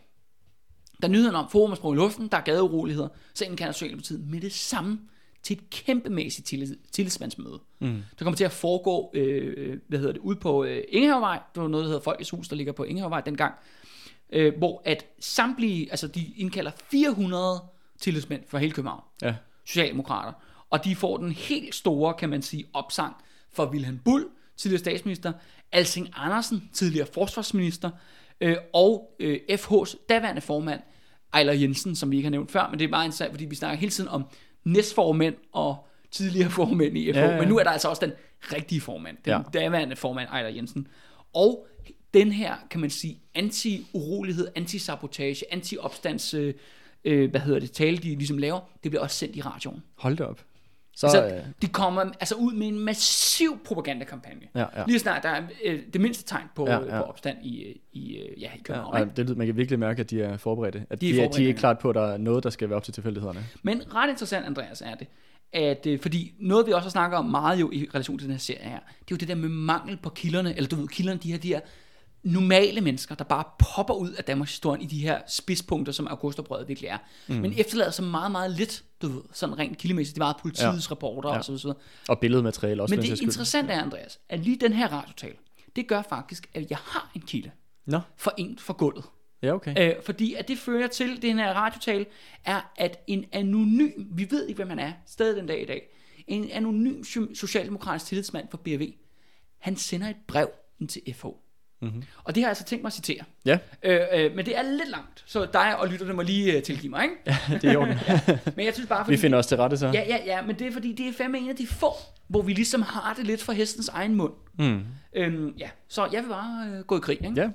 [SPEAKER 3] der nyheden om Forum er sprunget i luften, der er gadeuroligheder, så indkalder Socialdemokratiet med det samme til et kæmpemæssigt tillidsmandsmøde. Mm. Der kommer til at foregå, øh, hvad hedder det, ude på øh, Ingehavevej. Det var noget, der hedder Folkets Hus, der ligger på Ingehavevej dengang. Øh, hvor at samtlige, altså de indkalder fire hundrede tillidsmænd fra hele København. Ja. Socialdemokrater. Og de får den helt store, kan man sige, opsang for Vilhelm Buhl, tidligere statsminister, Alsing Andersen, tidligere forsvarsminister, øh, og øh, F H's daværende formand, Ejler Jensen, som vi ikke har nævnt før, men det er meget interessant, fordi vi snakker hele tiden om næstformænd og tidligere formænd i F H, ja, ja. Men nu er der altså også den rigtige formand, den ja. daværende formand, Ejler Jensen. Og den her, kan man sige, anti-urolighed, anti-sabotage, anti-opstands, øh, øh, hvad hedder det, tale, de ligesom laver, det bliver også sendt i radioen.
[SPEAKER 2] Hold det op. Så,
[SPEAKER 3] altså,
[SPEAKER 2] øh...
[SPEAKER 3] de kommer altså ud med en massiv propagandakampagne. Ja, ja. Lige snart der er øh, det mindste tegn på, ja, ja. på opstand i, i, ja, i København. Ja,
[SPEAKER 2] det, man kan virkelig mærke, at de er forberedte. At de, de, er, de er ikke klart på, at der er noget, der skal være op til tilfældighederne.
[SPEAKER 3] Men ret interessant, Andreas, er det, at, øh, fordi noget vi også har snakket om meget jo i relation til den her serie her, det er jo det der med mangel på kilderne, eller du ved, kilderne, de her, de her normale mennesker, der bare popper ud af Danmarks historie i de her spidspunkter, som augustoprøret virkelig er. Mm. Men efterlader så meget, meget lidt, du ved, sådan rent kildemæssigt. Det var politiets ja. rapporter ja. og så videre.
[SPEAKER 2] Og billedmateriale også.
[SPEAKER 3] Men det interessante er, Andreas, at lige den her radiotal, det gør faktisk, at jeg har en kilde no. for en for gulvet.
[SPEAKER 2] Ja, okay.
[SPEAKER 3] Øh, fordi at det fører til, den her radiotal, er, at en anonym, vi ved ikke, hvem han er, stadig den dag i dag, en anonym socialdemokratisk tillidsmand for B R V, han sender et brev ind til F H. Mm-hmm. Og det har jeg altså tænkt mig at citere. Ja. øh, øh, Men det er lidt langt, så dig og lytterne må lige uh, tilgive mig, ikke?
[SPEAKER 2] Ja, det er jo ja.
[SPEAKER 3] Men jeg synes bare, fordi
[SPEAKER 2] vi finder os til rette så.
[SPEAKER 3] Ja, ja, ja, men det er fordi, det er fandme en af de få, hvor vi ligesom har det lidt fra hestens egen mund. Mm. øhm, Ja, så jeg vil bare uh, gå i krig, ikke? Ja.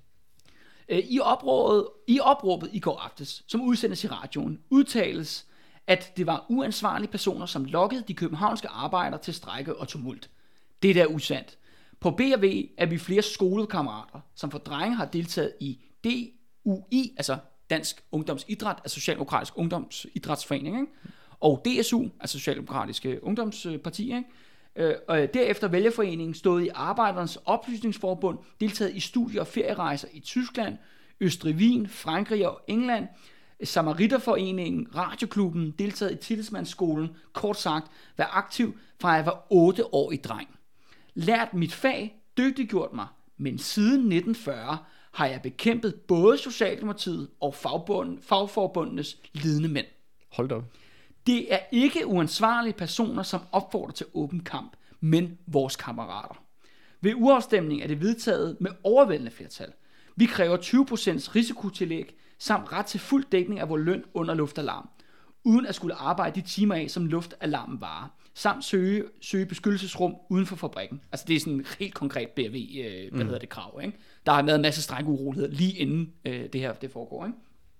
[SPEAKER 3] øh, I, opråbet, I opråbet i går aftes, som udsendes i radioen, udtales, at det var uansvarlige personer, som lokkede de københavnske arbejdere til strejke og tumult. Det er da usandt. På B R V er vi flere skolekammerater, som for drenge har deltaget i D U I, altså Dansk Ungdomsidræt, altså Socialdemokratisk Ungdomsidrætsforening, ikke? Og D S U, altså Socialdemokratiske Ungdomsparti, ikke? Øh, og derefter Vælgerforeningen stod i Arbejdernes Oplysningsforbund, deltaget i studie- og ferierejser i Tyskland, Østrig, Wien, Frankrig og England, Samariterforeningen, Radioklubben, deltaget i Tillidsmandsskolen, kort sagt, været aktiv fra jeg var otte år i dreng. Lært mit fag, dygtiggjort mig, men siden nitten fyrre har jeg bekæmpet både Socialdemokratiet og fagbund, fagforbundenes lidende mænd.
[SPEAKER 2] Hold da op.
[SPEAKER 3] Det er ikke uansvarlige personer, som opfordrer til åben kamp, men vores kammerater. Ved urafstemning er det vedtaget med overvældende flertal. Vi kræver tyve procent risikotillæg samt ret til fuld dækning af vores løn under luftalarm, uden at skulle arbejde de timer af, som luftalarmen varer, samt søge, søge beskyttelsesrum uden for fabrikken. Altså det er sådan et helt konkret B R V, øh, hvad mm. hedder det, krav. Ikke? Der har været en masse strenge uroligheder lige inden øh, det her det foregår. Ikke?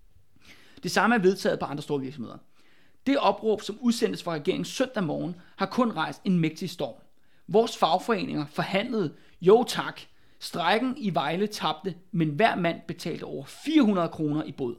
[SPEAKER 3] Det samme er vedtaget på andre store virksomheder. Det opråb, som udsendes fra regeringen søndag morgen, har kun rejst en mægtig storm. Vores fagforeninger forhandlede, jo tak, strejken i Vejle tabte, men hver mand betalte over fire hundrede kroner i bod.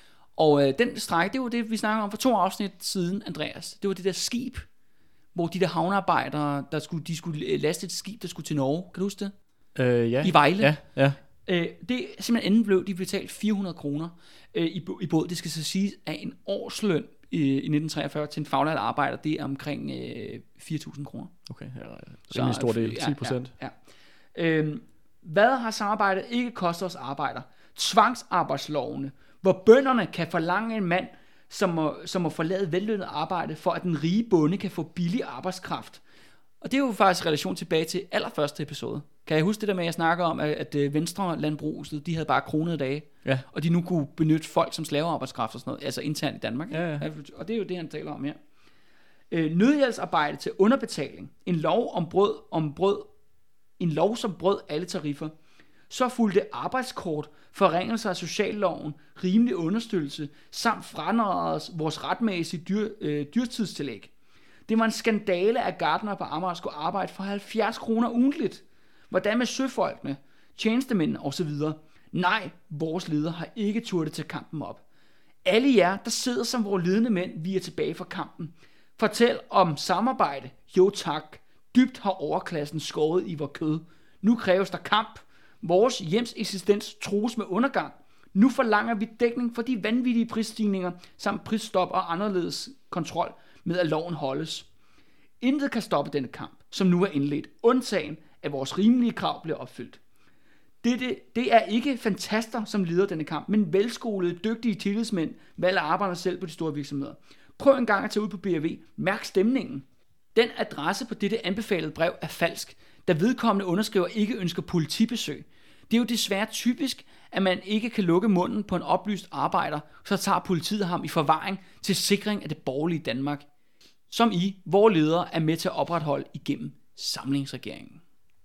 [SPEAKER 3] Og øh, den strejke, det var det, vi snakkede om for to afsnit siden, Andreas. Det var det der skib, hvor de der havnearbejdere, der skulle, de skulle laste et skib, der skulle til Norge. Kan du huske det?
[SPEAKER 2] Øh, ja.
[SPEAKER 3] I Vejle.
[SPEAKER 2] Ja, ja.
[SPEAKER 3] Øh, det simpelthen enden blev, de betalt fire hundrede kroner øh, i, i båd. Det skal så siges, at en årsløn i, i nitten treogfyrre til en faglært arbejder, det er omkring øh, fire tusind kroner.
[SPEAKER 2] Okay, ja, rimelig stor del, ti procent.
[SPEAKER 3] Ja, ja, ja. Øh, hvad har samarbejdet ikke kostet os arbejder? Tvangsarbejdslovene, hvor bønderne kan forlange en mand, som må, som må forlade vellønnet arbejde, for at den rige bonde kan få billig arbejdskraft. Og det er jo faktisk relation tilbage til allerførste episode. Kan jeg huske det der med, at jeg snakker om, at, at Venstre landbruget, de havde bare kronede dage,
[SPEAKER 2] ja.
[SPEAKER 3] Og de nu kunne benytte folk som slavearbejdskraft og sådan noget, altså internt i Danmark.
[SPEAKER 2] Ja, ja.
[SPEAKER 3] Og det er jo det, han taler om her. Øh, nødhjælpsarbejde til underbetaling. En lov om brød, om brød, en lov som brød alle tariffer. Så fulgte arbejdskort, forringelser af socialloven, rimelig understøttelse, samt franarret vores retmæssige dyr, øh, dyrtidstillæg. Det var en skandale, at gartnere på Amager skulle arbejde for halvfjerds kroner ugentligt. Hvordan med søfolkene, tjenestemændene osv.? Nej, vores ledere har ikke turde tage kampen op. Alle jer, der sidder som vores ledende mænd, vi er tilbage fra kampen. Fortæl om samarbejde. Jo tak. Dybt har overklassen skåret i vores kød. Nu kræves der kamp. Vores hjems eksistens trues med undergang. Nu forlanger vi dækning for de vanvittige prisstigninger, samt prisstop og anderledes kontrol med, at loven holdes. Intet kan stoppe denne kamp, som nu er indledt, undtagen at vores rimelige krav bliver opfyldt. Det, det, det er ikke fantaster, som leder denne kamp, men velskolede, dygtige tillidsmænd, valgte arbejderne selv på de store virksomheder. Prøv en gang at tage ud på B R V. Mærk stemningen. Den adresse på dette anbefalede brev er falsk, da vedkommende underskriver ikke ønsker politibesøg. Det er jo desværre typisk, at man ikke kan lukke munden på en oplyst arbejder, så tager politiet ham i forvaring til sikring af det borgerlige Danmark, som I, vores ledere, er med til at opretholde igennem samlingsregeringen.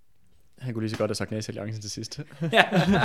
[SPEAKER 2] Han kunne lige så godt have sagt nej til alliancen til sidst.
[SPEAKER 3] Ja.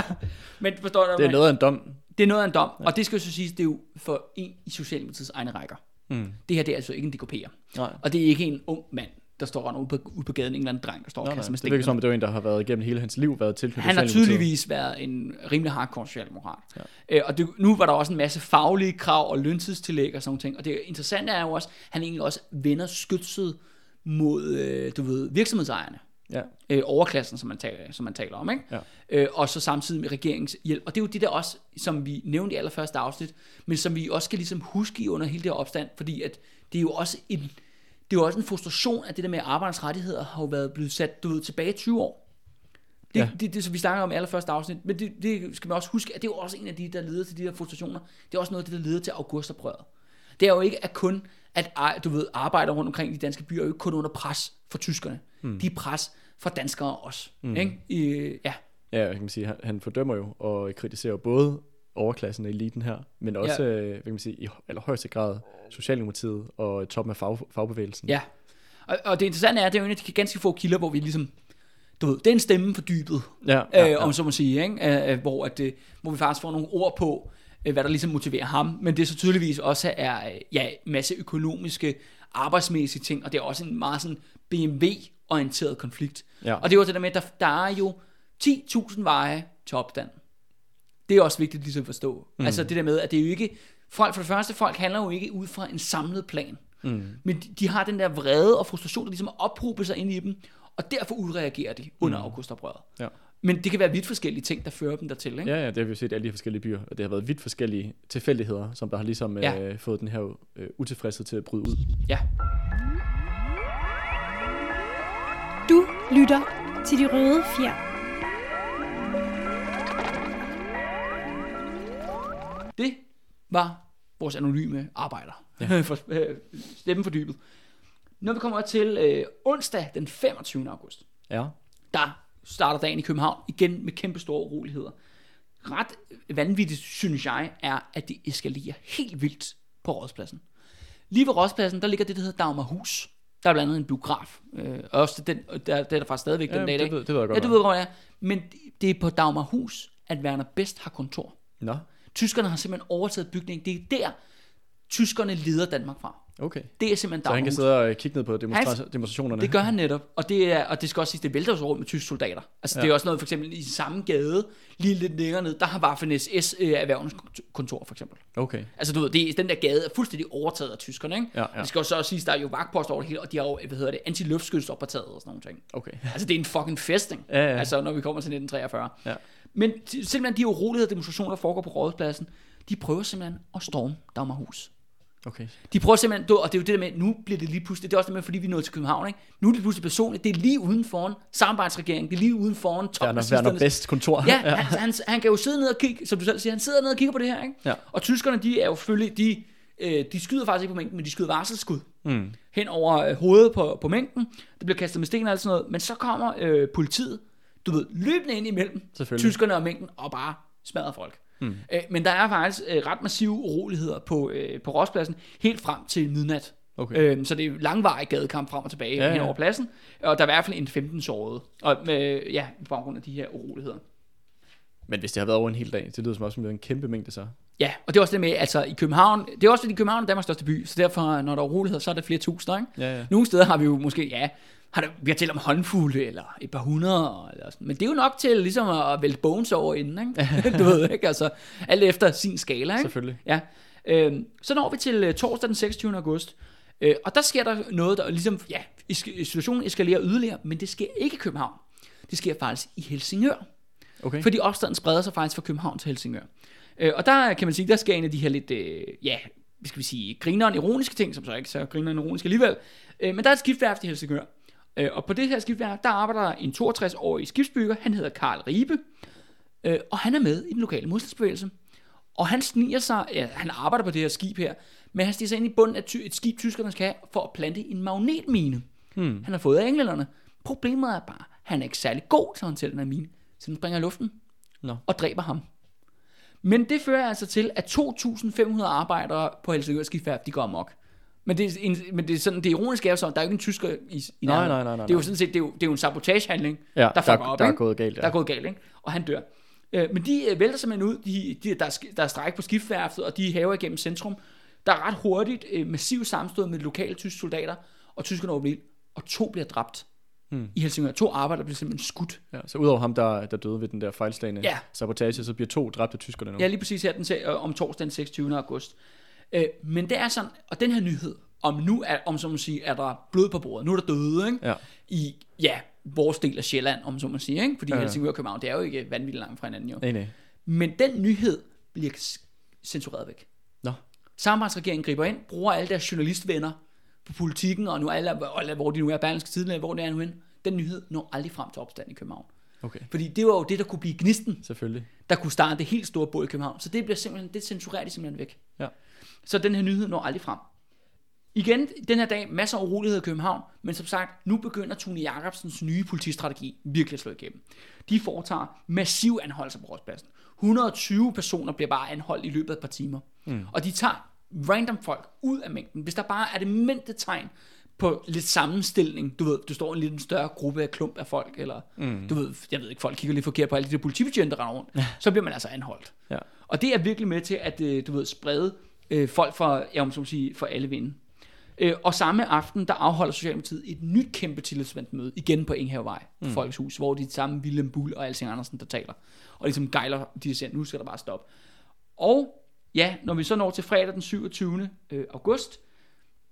[SPEAKER 3] Men forstår du,
[SPEAKER 2] det er noget af en dom.
[SPEAKER 3] Det er noget af en dom, ja. Og det skal jo så siges, det er jo for en i Socialdemokratiets egne rækker. Mm. Det her, det er altså ikke en D K P'er. Nej. Og det er ikke en ung mand, der står ude på, ude på gaden, en eller anden dreng, der står og kaster med
[SPEAKER 2] stik. Det virker som, at det er en, der har været igennem hele hans liv, været tilknyttet.
[SPEAKER 3] Han har tydeligvis været en rimelig hardcore socialdemokrat. Ja. Øh, og det, nu var der også en masse faglige krav og løntidstillæg og sådan ting. Og det interessante er jo også, at han egentlig også vender skytset mod, øh, du ved, virksomhedsejerne. Ja. Øh, overklassen, som man taler, som man taler om, ikke? Ja. Øh, og så samtidig med regeringens hjælp. Og det er jo det der også, som vi nævnte i allerførste afsnit, men som vi også skal ligesom huske i under hele det her opstand, fordi at det er jo også en, det er jo også en frustration, at det der med arbejdernes rettigheder har jo været blevet sat, du ved, tilbage tyve år. Det, ja. det, det, det som vi snakker om i allerførste afsnit, men det, det skal man også huske, at det er jo også en af de, der leder til de her frustrationer. Det er også noget af det, der leder til augustoprøret. Det er jo ikke at kun, at du ved, arbejder rundt omkring i de danske byer, er jo ikke kun under pres for tyskerne. Hmm. De er pres for danskere også. Mm. Ikke? I, ja. Ja,
[SPEAKER 2] jeg kan sige, han, han fordømmer jo og kritiserer både overklassen og eliten her, men også, ja. øh, hvad kan man sige, i allerhøjeste grad Socialdemokratiet og toppen af fag, fagbevægelsen.
[SPEAKER 3] Ja, og, og det interessante er, at det er jo en af de ganske få kilder, hvor vi ligesom, du ved, det er en stemme for dybet, ja, ja, øh, om ja. så må sige, ikke? Øh, hvor, at, hvor vi faktisk får nogle ord på, øh, hvad der ligesom motiverer ham, men det så tydeligvis også er ja, en masse økonomiske, arbejdsmæssige ting, og det er også en meget sådan B M W-orienteret konflikt. Ja. Og det er jo det der med, at der, der er jo ti tusind veje til opstand. Det er også vigtigt ligesom at forstå. Mm. Altså det der med, at det er jo ikke, folk, for det første, folk handler jo ikke ud fra en samlet plan. Mm. Men de, de har den der vrede og frustration, der ligesom ophobet sig ind i dem, og derfor udreagerer de under mm. augustoprøret. Ja. Men det kan være vidt forskellige ting, der fører dem dertil, ikke?
[SPEAKER 2] Ja, ja, det har vi jo set i alle de forskellige byer, og det har været vidt forskellige tilfældigheder, som der har ligesom ja. øh, fået den her øh, utilfredshed til at bryde ud.
[SPEAKER 3] Ja.
[SPEAKER 1] Du lytter til De Røde Fjer.
[SPEAKER 3] Det var vores anonyme arbejder. Ja. for, øh, stemmen fordybet. Når vi kommer til øh, onsdag den femogtyvende august,
[SPEAKER 2] ja.
[SPEAKER 3] der starter dagen i København igen med kæmpe store uroligheder. Ret vanvittigt, synes jeg, er, at det eskalerer helt vildt på Rådspladsen. Lige ved Rådspladsen, der ligger det, der hedder Dagmarhus. Der er blandt andet en biograf. Øh, og også den, der, der er der faktisk stadigvæk ja, den dag i dag.
[SPEAKER 2] Det ved, det ved jeg godt.
[SPEAKER 3] Ja, du ved godt, ja. Men det er på Dagmarhus, at Werner Best har kontor.
[SPEAKER 2] Nå.
[SPEAKER 3] Tyskerne har simpelthen overtaget bygningen. Det er der, tyskerne leder Danmark fra.
[SPEAKER 2] Okay.
[SPEAKER 3] Det er simpelthen Dagmarhus.
[SPEAKER 2] Så han kan sidde og kigge ned på demonstra- demonstrationerne.
[SPEAKER 3] Det gør han netop. Og det, er, og det skal også sige, det vælter også rundt med tyske soldater. Altså ja. Det er også noget, for eksempel i samme gade, lige lidt længere ned, der har Waffen S S øh, erhvervens kontor, for eksempel.
[SPEAKER 2] Okay.
[SPEAKER 3] Altså du ved, det, den der gade er fuldstændig overtaget af tyskerne, ikke?
[SPEAKER 2] Ja, ja.
[SPEAKER 3] Det skal også sige, der er jo vagtpost over det hele, og de har jo, hvad hedder det, antiluftskytsoppartaget og sådan nogle ting.
[SPEAKER 2] Okay.
[SPEAKER 3] Altså det er en fucking festing, ja, ja. Altså når vi kommer til nitten treogfyrre. Ja. Men simpelthen de uroligheder demonstrationer, der foregår på Rådspladsen, de prøver simpelthen at storme Dagmarhus.
[SPEAKER 2] Okay.
[SPEAKER 3] De prøver simpelthen, og det er jo det der med, nu bliver det lige pludselig, det er også det med, fordi vi er nået til København, ikke? Nu er det pludselig personligt, det er lige uden foran samarbejdsregeringen, det er lige uden foran
[SPEAKER 2] topracisterne. Werner Best kontor.
[SPEAKER 3] Ja, ja. Han, han, han kan jo sidde ned og kigge, som du selv siger, han sidder ned og kigger på det her, ikke? Ja. Og tyskerne, de er jo selvfølgelig, de, øh, de skyder faktisk ikke på mængden, men de skyder varselsskud mm. hen over øh, hovedet på, på mængden. Det bliver kastet med sten og alt sådan noget, men så kommer øh, politiet, du ved, løbende ind imellem tyskerne og mængden, og bare smadrer folk. Mm. Øh, men der er faktisk øh, ret massive uroligheder på, øh, på Rådspladsen helt frem til midnat. Okay. Øh, så det er langvarig gadekamp frem og tilbage ja, hen over ja. pladsen. Og der er i hvert fald en femten sårede. Og med, ja, på baggrund af de her uroligheder.
[SPEAKER 2] Men hvis det har været over en hel dag, det lyder som også som en kæmpe mængde så.
[SPEAKER 3] Ja, og det er også det med, altså i København, det er også fordi København er Danmarks største by, så derfor, når der er uroligheder, så er der flere tusinder, ikke? Ja, ja. Nogle steder har vi jo måske, ja, har der, vi har talt om håndfulde, eller et par hundrede, eller sådan. Men det er jo nok til ligesom at vælte bones over inden, ikke? Du ved, ikke? Altså, alt efter sin skala, ikke?
[SPEAKER 2] Selvfølgelig.
[SPEAKER 3] Ja. Øhm, så når vi til uh, torsdag den seksogtyvende august, øh, og der sker der noget, der ligesom, ja, situationen eskalerer yderligere, men det sker ikke i København. Det sker faktisk i Helsingør. Okay. Fordi opstanden spreder sig faktisk fra København til Helsingør. Øh, og der kan man sige, der sker en af de her lidt, øh, ja, hvad skal vi sige, grineren ironiske ting, som så ikke så grineren ironisk alligevel. Øh, men der er et skibsværft i Helsingør. Øh, og på det her skibsværft, der arbejder en toogtres-årig skibsbygger, han hedder Karl Ribe, øh, og han er med i den lokale modstandsbevægelse. Og han sniger sig, ja, han arbejder på det her skib her, men han stiger sig ind i bunden af ty- et skib, tyskerne skal have, for at plante en magnetmine. Hmm. Han har fået af englænderne. Problemet er bare, han er ikke særlig god til at håndtere den her mine, så den springer i luften no. og dræber ham. Men det fører altså til, at to tusind fem hundrede arbejdere på Helsingør skibsværft, de går amok. Men det er, en, men det er sådan, det ironiske er jo så, der er jo ikke en tysker i, i
[SPEAKER 2] nej, nej, nej, nej.
[SPEAKER 3] Det er jo sådan set, det er jo, det er jo en sabotagehandling,
[SPEAKER 2] ja,
[SPEAKER 3] der
[SPEAKER 2] der,
[SPEAKER 3] op,
[SPEAKER 2] der er gået galt. Ja.
[SPEAKER 3] Der er gået galt, ikke? Og han dør. Øh, men de øh, vælter simpelthen ud, de, de, der, er, der er strejk på skibsværftet, og de haver igennem centrum. Der er ret hurtigt øh, massiv sammenstød med lokale tyske soldater, og tyskerne overlever, og to bliver dræbt. Hmm. I Helsingør. To arbejdere bliver simpelthen skudt.
[SPEAKER 2] Ja, så udover ham, der, der døde ved den der fejlslagende ja. sabotage, så bliver to dræbt af tyskerne nu.
[SPEAKER 3] Ja, lige præcis her den, om torsdag den seksogtyvende august. Øh, men det er sådan, og den her nyhed, om nu er, om så man siger, er der blod på bordet. Nu er der døde, ikke? Ja. I, ja, vores del af Sjælland, om så man siger, ikke? Fordi ja, ja. Helsingør og København, det er jo ikke vanvittigt langt fra hinanden, jo. Nej, nej. Men den nyhed bliver censureret væk. Nå. Samarbejdsregeringen griber ind, bruger alle deres journalistvenner på politikken, og nu alle, hvor de nu er, Berlingske Tidende, hvor det er nu hen. Den nyhed når aldrig frem til opstand i København. Okay. Fordi det var jo det, der kunne blive gnisten. Selvfølgelig. Der kunne starte det helt store båd i København. Så det bliver simpelthen, det censurerer de simpelthen væk. Ja. Så den her nyhed når aldrig frem. Igen, den her dag, masser af urolighed i København, men som sagt, nu begynder Tony Jacobsens nye politistrategi virkelig at slå igennem. De foretager massiv anholdelser på Rådspladsen. et hundrede og tyve personer bliver bare anholdt i løbet af et par timer. Mm. Og de tager random folk ud af mængden. Hvis der bare er det mindste tegn på lidt sammenstilling, du ved, du står i en lidt større gruppe af klump af folk, eller mm. du ved, jeg ved ikke, folk kigger lidt forkert på alle de der politibetjente, der render rundt, ja. Så bliver man altså anholdt. Ja. Og det er virkelig med til at, du ved, sprede øh, folk fra, ja, om så sige, for alle vinde. Øh, og samme aften, der afholder Socialdemokratiet et nyt kæmpe tillidsmøde, igen på Enghavevej, på mm. Folkets Hus, hvor de samme Willem Buhl og Alsing Andersen, der taler, og ligesom gejler, de siger, nu skal der bare stoppe. Og ja, når vi så når til fredag den syvogtyvende august,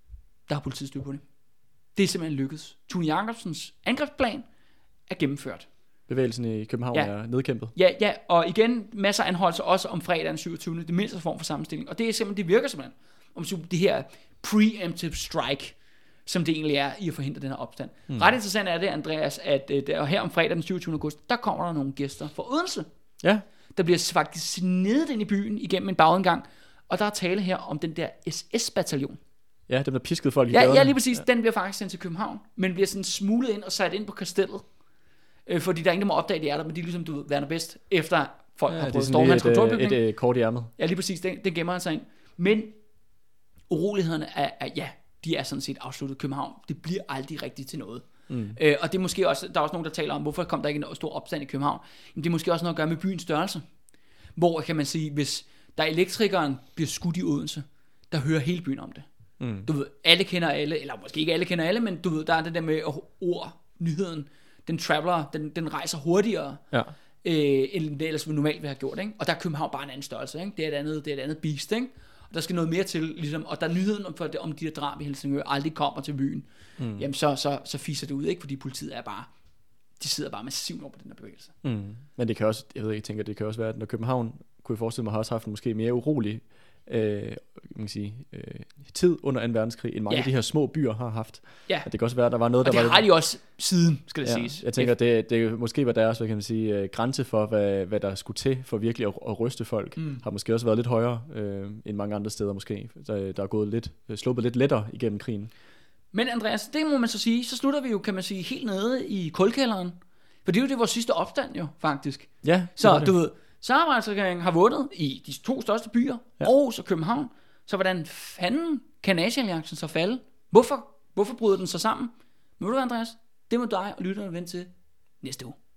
[SPEAKER 3] der har politiet styr på det. Det er simpelthen lykkedes. Tune Jacobsens angrebsplan er gennemført.
[SPEAKER 2] Bevægelsen i København
[SPEAKER 3] Ja.
[SPEAKER 2] er nedkæmpet.
[SPEAKER 3] Ja, ja, og igen, masser af anholdelser også om fredagen den syvogtyvende Det mindste form for sammenstilling. Og det er simpelthen, det virker simpelthen om det her preemptive strike, som det egentlig er i at forhindre den her opstand. Mm. Ret interessant er det, Andreas, at uh, der, her om fredag den syvogtyvende august, der kommer der nogle gæster fra Odense.
[SPEAKER 2] Ja.
[SPEAKER 3] Der bliver faktisk snedet ind i byen igennem en bagindgang, og der er tale her om den der S S-bataljon.
[SPEAKER 2] Ja, dem der piskede folk i
[SPEAKER 3] Ja,
[SPEAKER 2] gaderne.
[SPEAKER 3] ja, lige præcis. Ja. Den bliver faktisk sendt til København, men bliver sådan smuglet ind og sat ind på kastellet. Øh, fordi der er ingen, der må opdage, at de er der, men de er ligesom, du ved, værner bedst, efter folk
[SPEAKER 2] Ja,
[SPEAKER 3] har
[SPEAKER 2] det er
[SPEAKER 3] prøvet
[SPEAKER 2] sådan
[SPEAKER 3] storme
[SPEAKER 2] lige
[SPEAKER 3] hans
[SPEAKER 2] et,
[SPEAKER 3] kontorbygning.
[SPEAKER 2] et, et kort i ærmet.
[SPEAKER 3] Ja, lige præcis. Den, den gemmer han sig ind. Men urolighederne er, er, ja, de er sådan set afsluttet. København, det bliver aldrig rigtigt til noget. Mm. Øh, og det er måske også, der er også nogen, der taler om, hvorfor kom der ikke en stor opstand i København? Men det er måske også noget at gøre med byens størrelse. Hvor kan man sige, hvis der elektrikeren bliver skudt i Odense, der hører hele byen om det. Mm. Du ved, alle kender alle, eller måske ikke alle kender alle, men du ved, der er det der med ord, nyheden, den traveler, den, den rejser hurtigere, ja. øh, end det ellers normalt vil have gjort, ikke? Og der er København bare en anden størrelse, ikke? Det er et andet, det er et andet beast, ikke? Og der skal noget mere til, ligesom, og der er nyheden om, for det, om de der drab i Helsingør aldrig kommer til byen, mm. jamen så, så, så fiser det ud, ikke? Fordi politiet er bare, de sidder bare massivt over på den her bevægelse. Mm.
[SPEAKER 2] Men det kan også, jeg ved ikke, jeg tænker, det kan også være, at når København, kunne jeg forestille mig, har også haft en måske mere urolig øh, man kan sige, øh, tid under anden verdenskrig, end mange ja. af de her små byer har haft. Ja. At det kan også være, at der var noget,
[SPEAKER 3] og
[SPEAKER 2] der
[SPEAKER 3] det
[SPEAKER 2] var...
[SPEAKER 3] har de også siden, skal det
[SPEAKER 2] ja,
[SPEAKER 3] siges.
[SPEAKER 2] Jeg tænker, det, det måske var deres, hvad kan man sige, øh, grænse for, hvad, hvad der skulle til for virkelig at, at ryste folk, mm. har måske også været lidt højere øh, end mange andre steder måske. Der, der er gået lidt, sluppet lidt lettere igennem krigen.
[SPEAKER 3] Men Andreas, det må man så sige, så slutter vi jo, kan man sige, helt nede i kulkælderen. For det er jo det vores sidste opstand jo, faktisk.
[SPEAKER 2] Ja,
[SPEAKER 3] så du ved, samarbejdsregeringen har vundet i de to største byer, ja. Aarhus og København. Så hvordan fanden kan Nazi-alliancen så falde? Hvorfor? Hvorfor bryder den så sammen? Men ved du hvad, Andreas? Det må dig og lytterne vente til næste uge.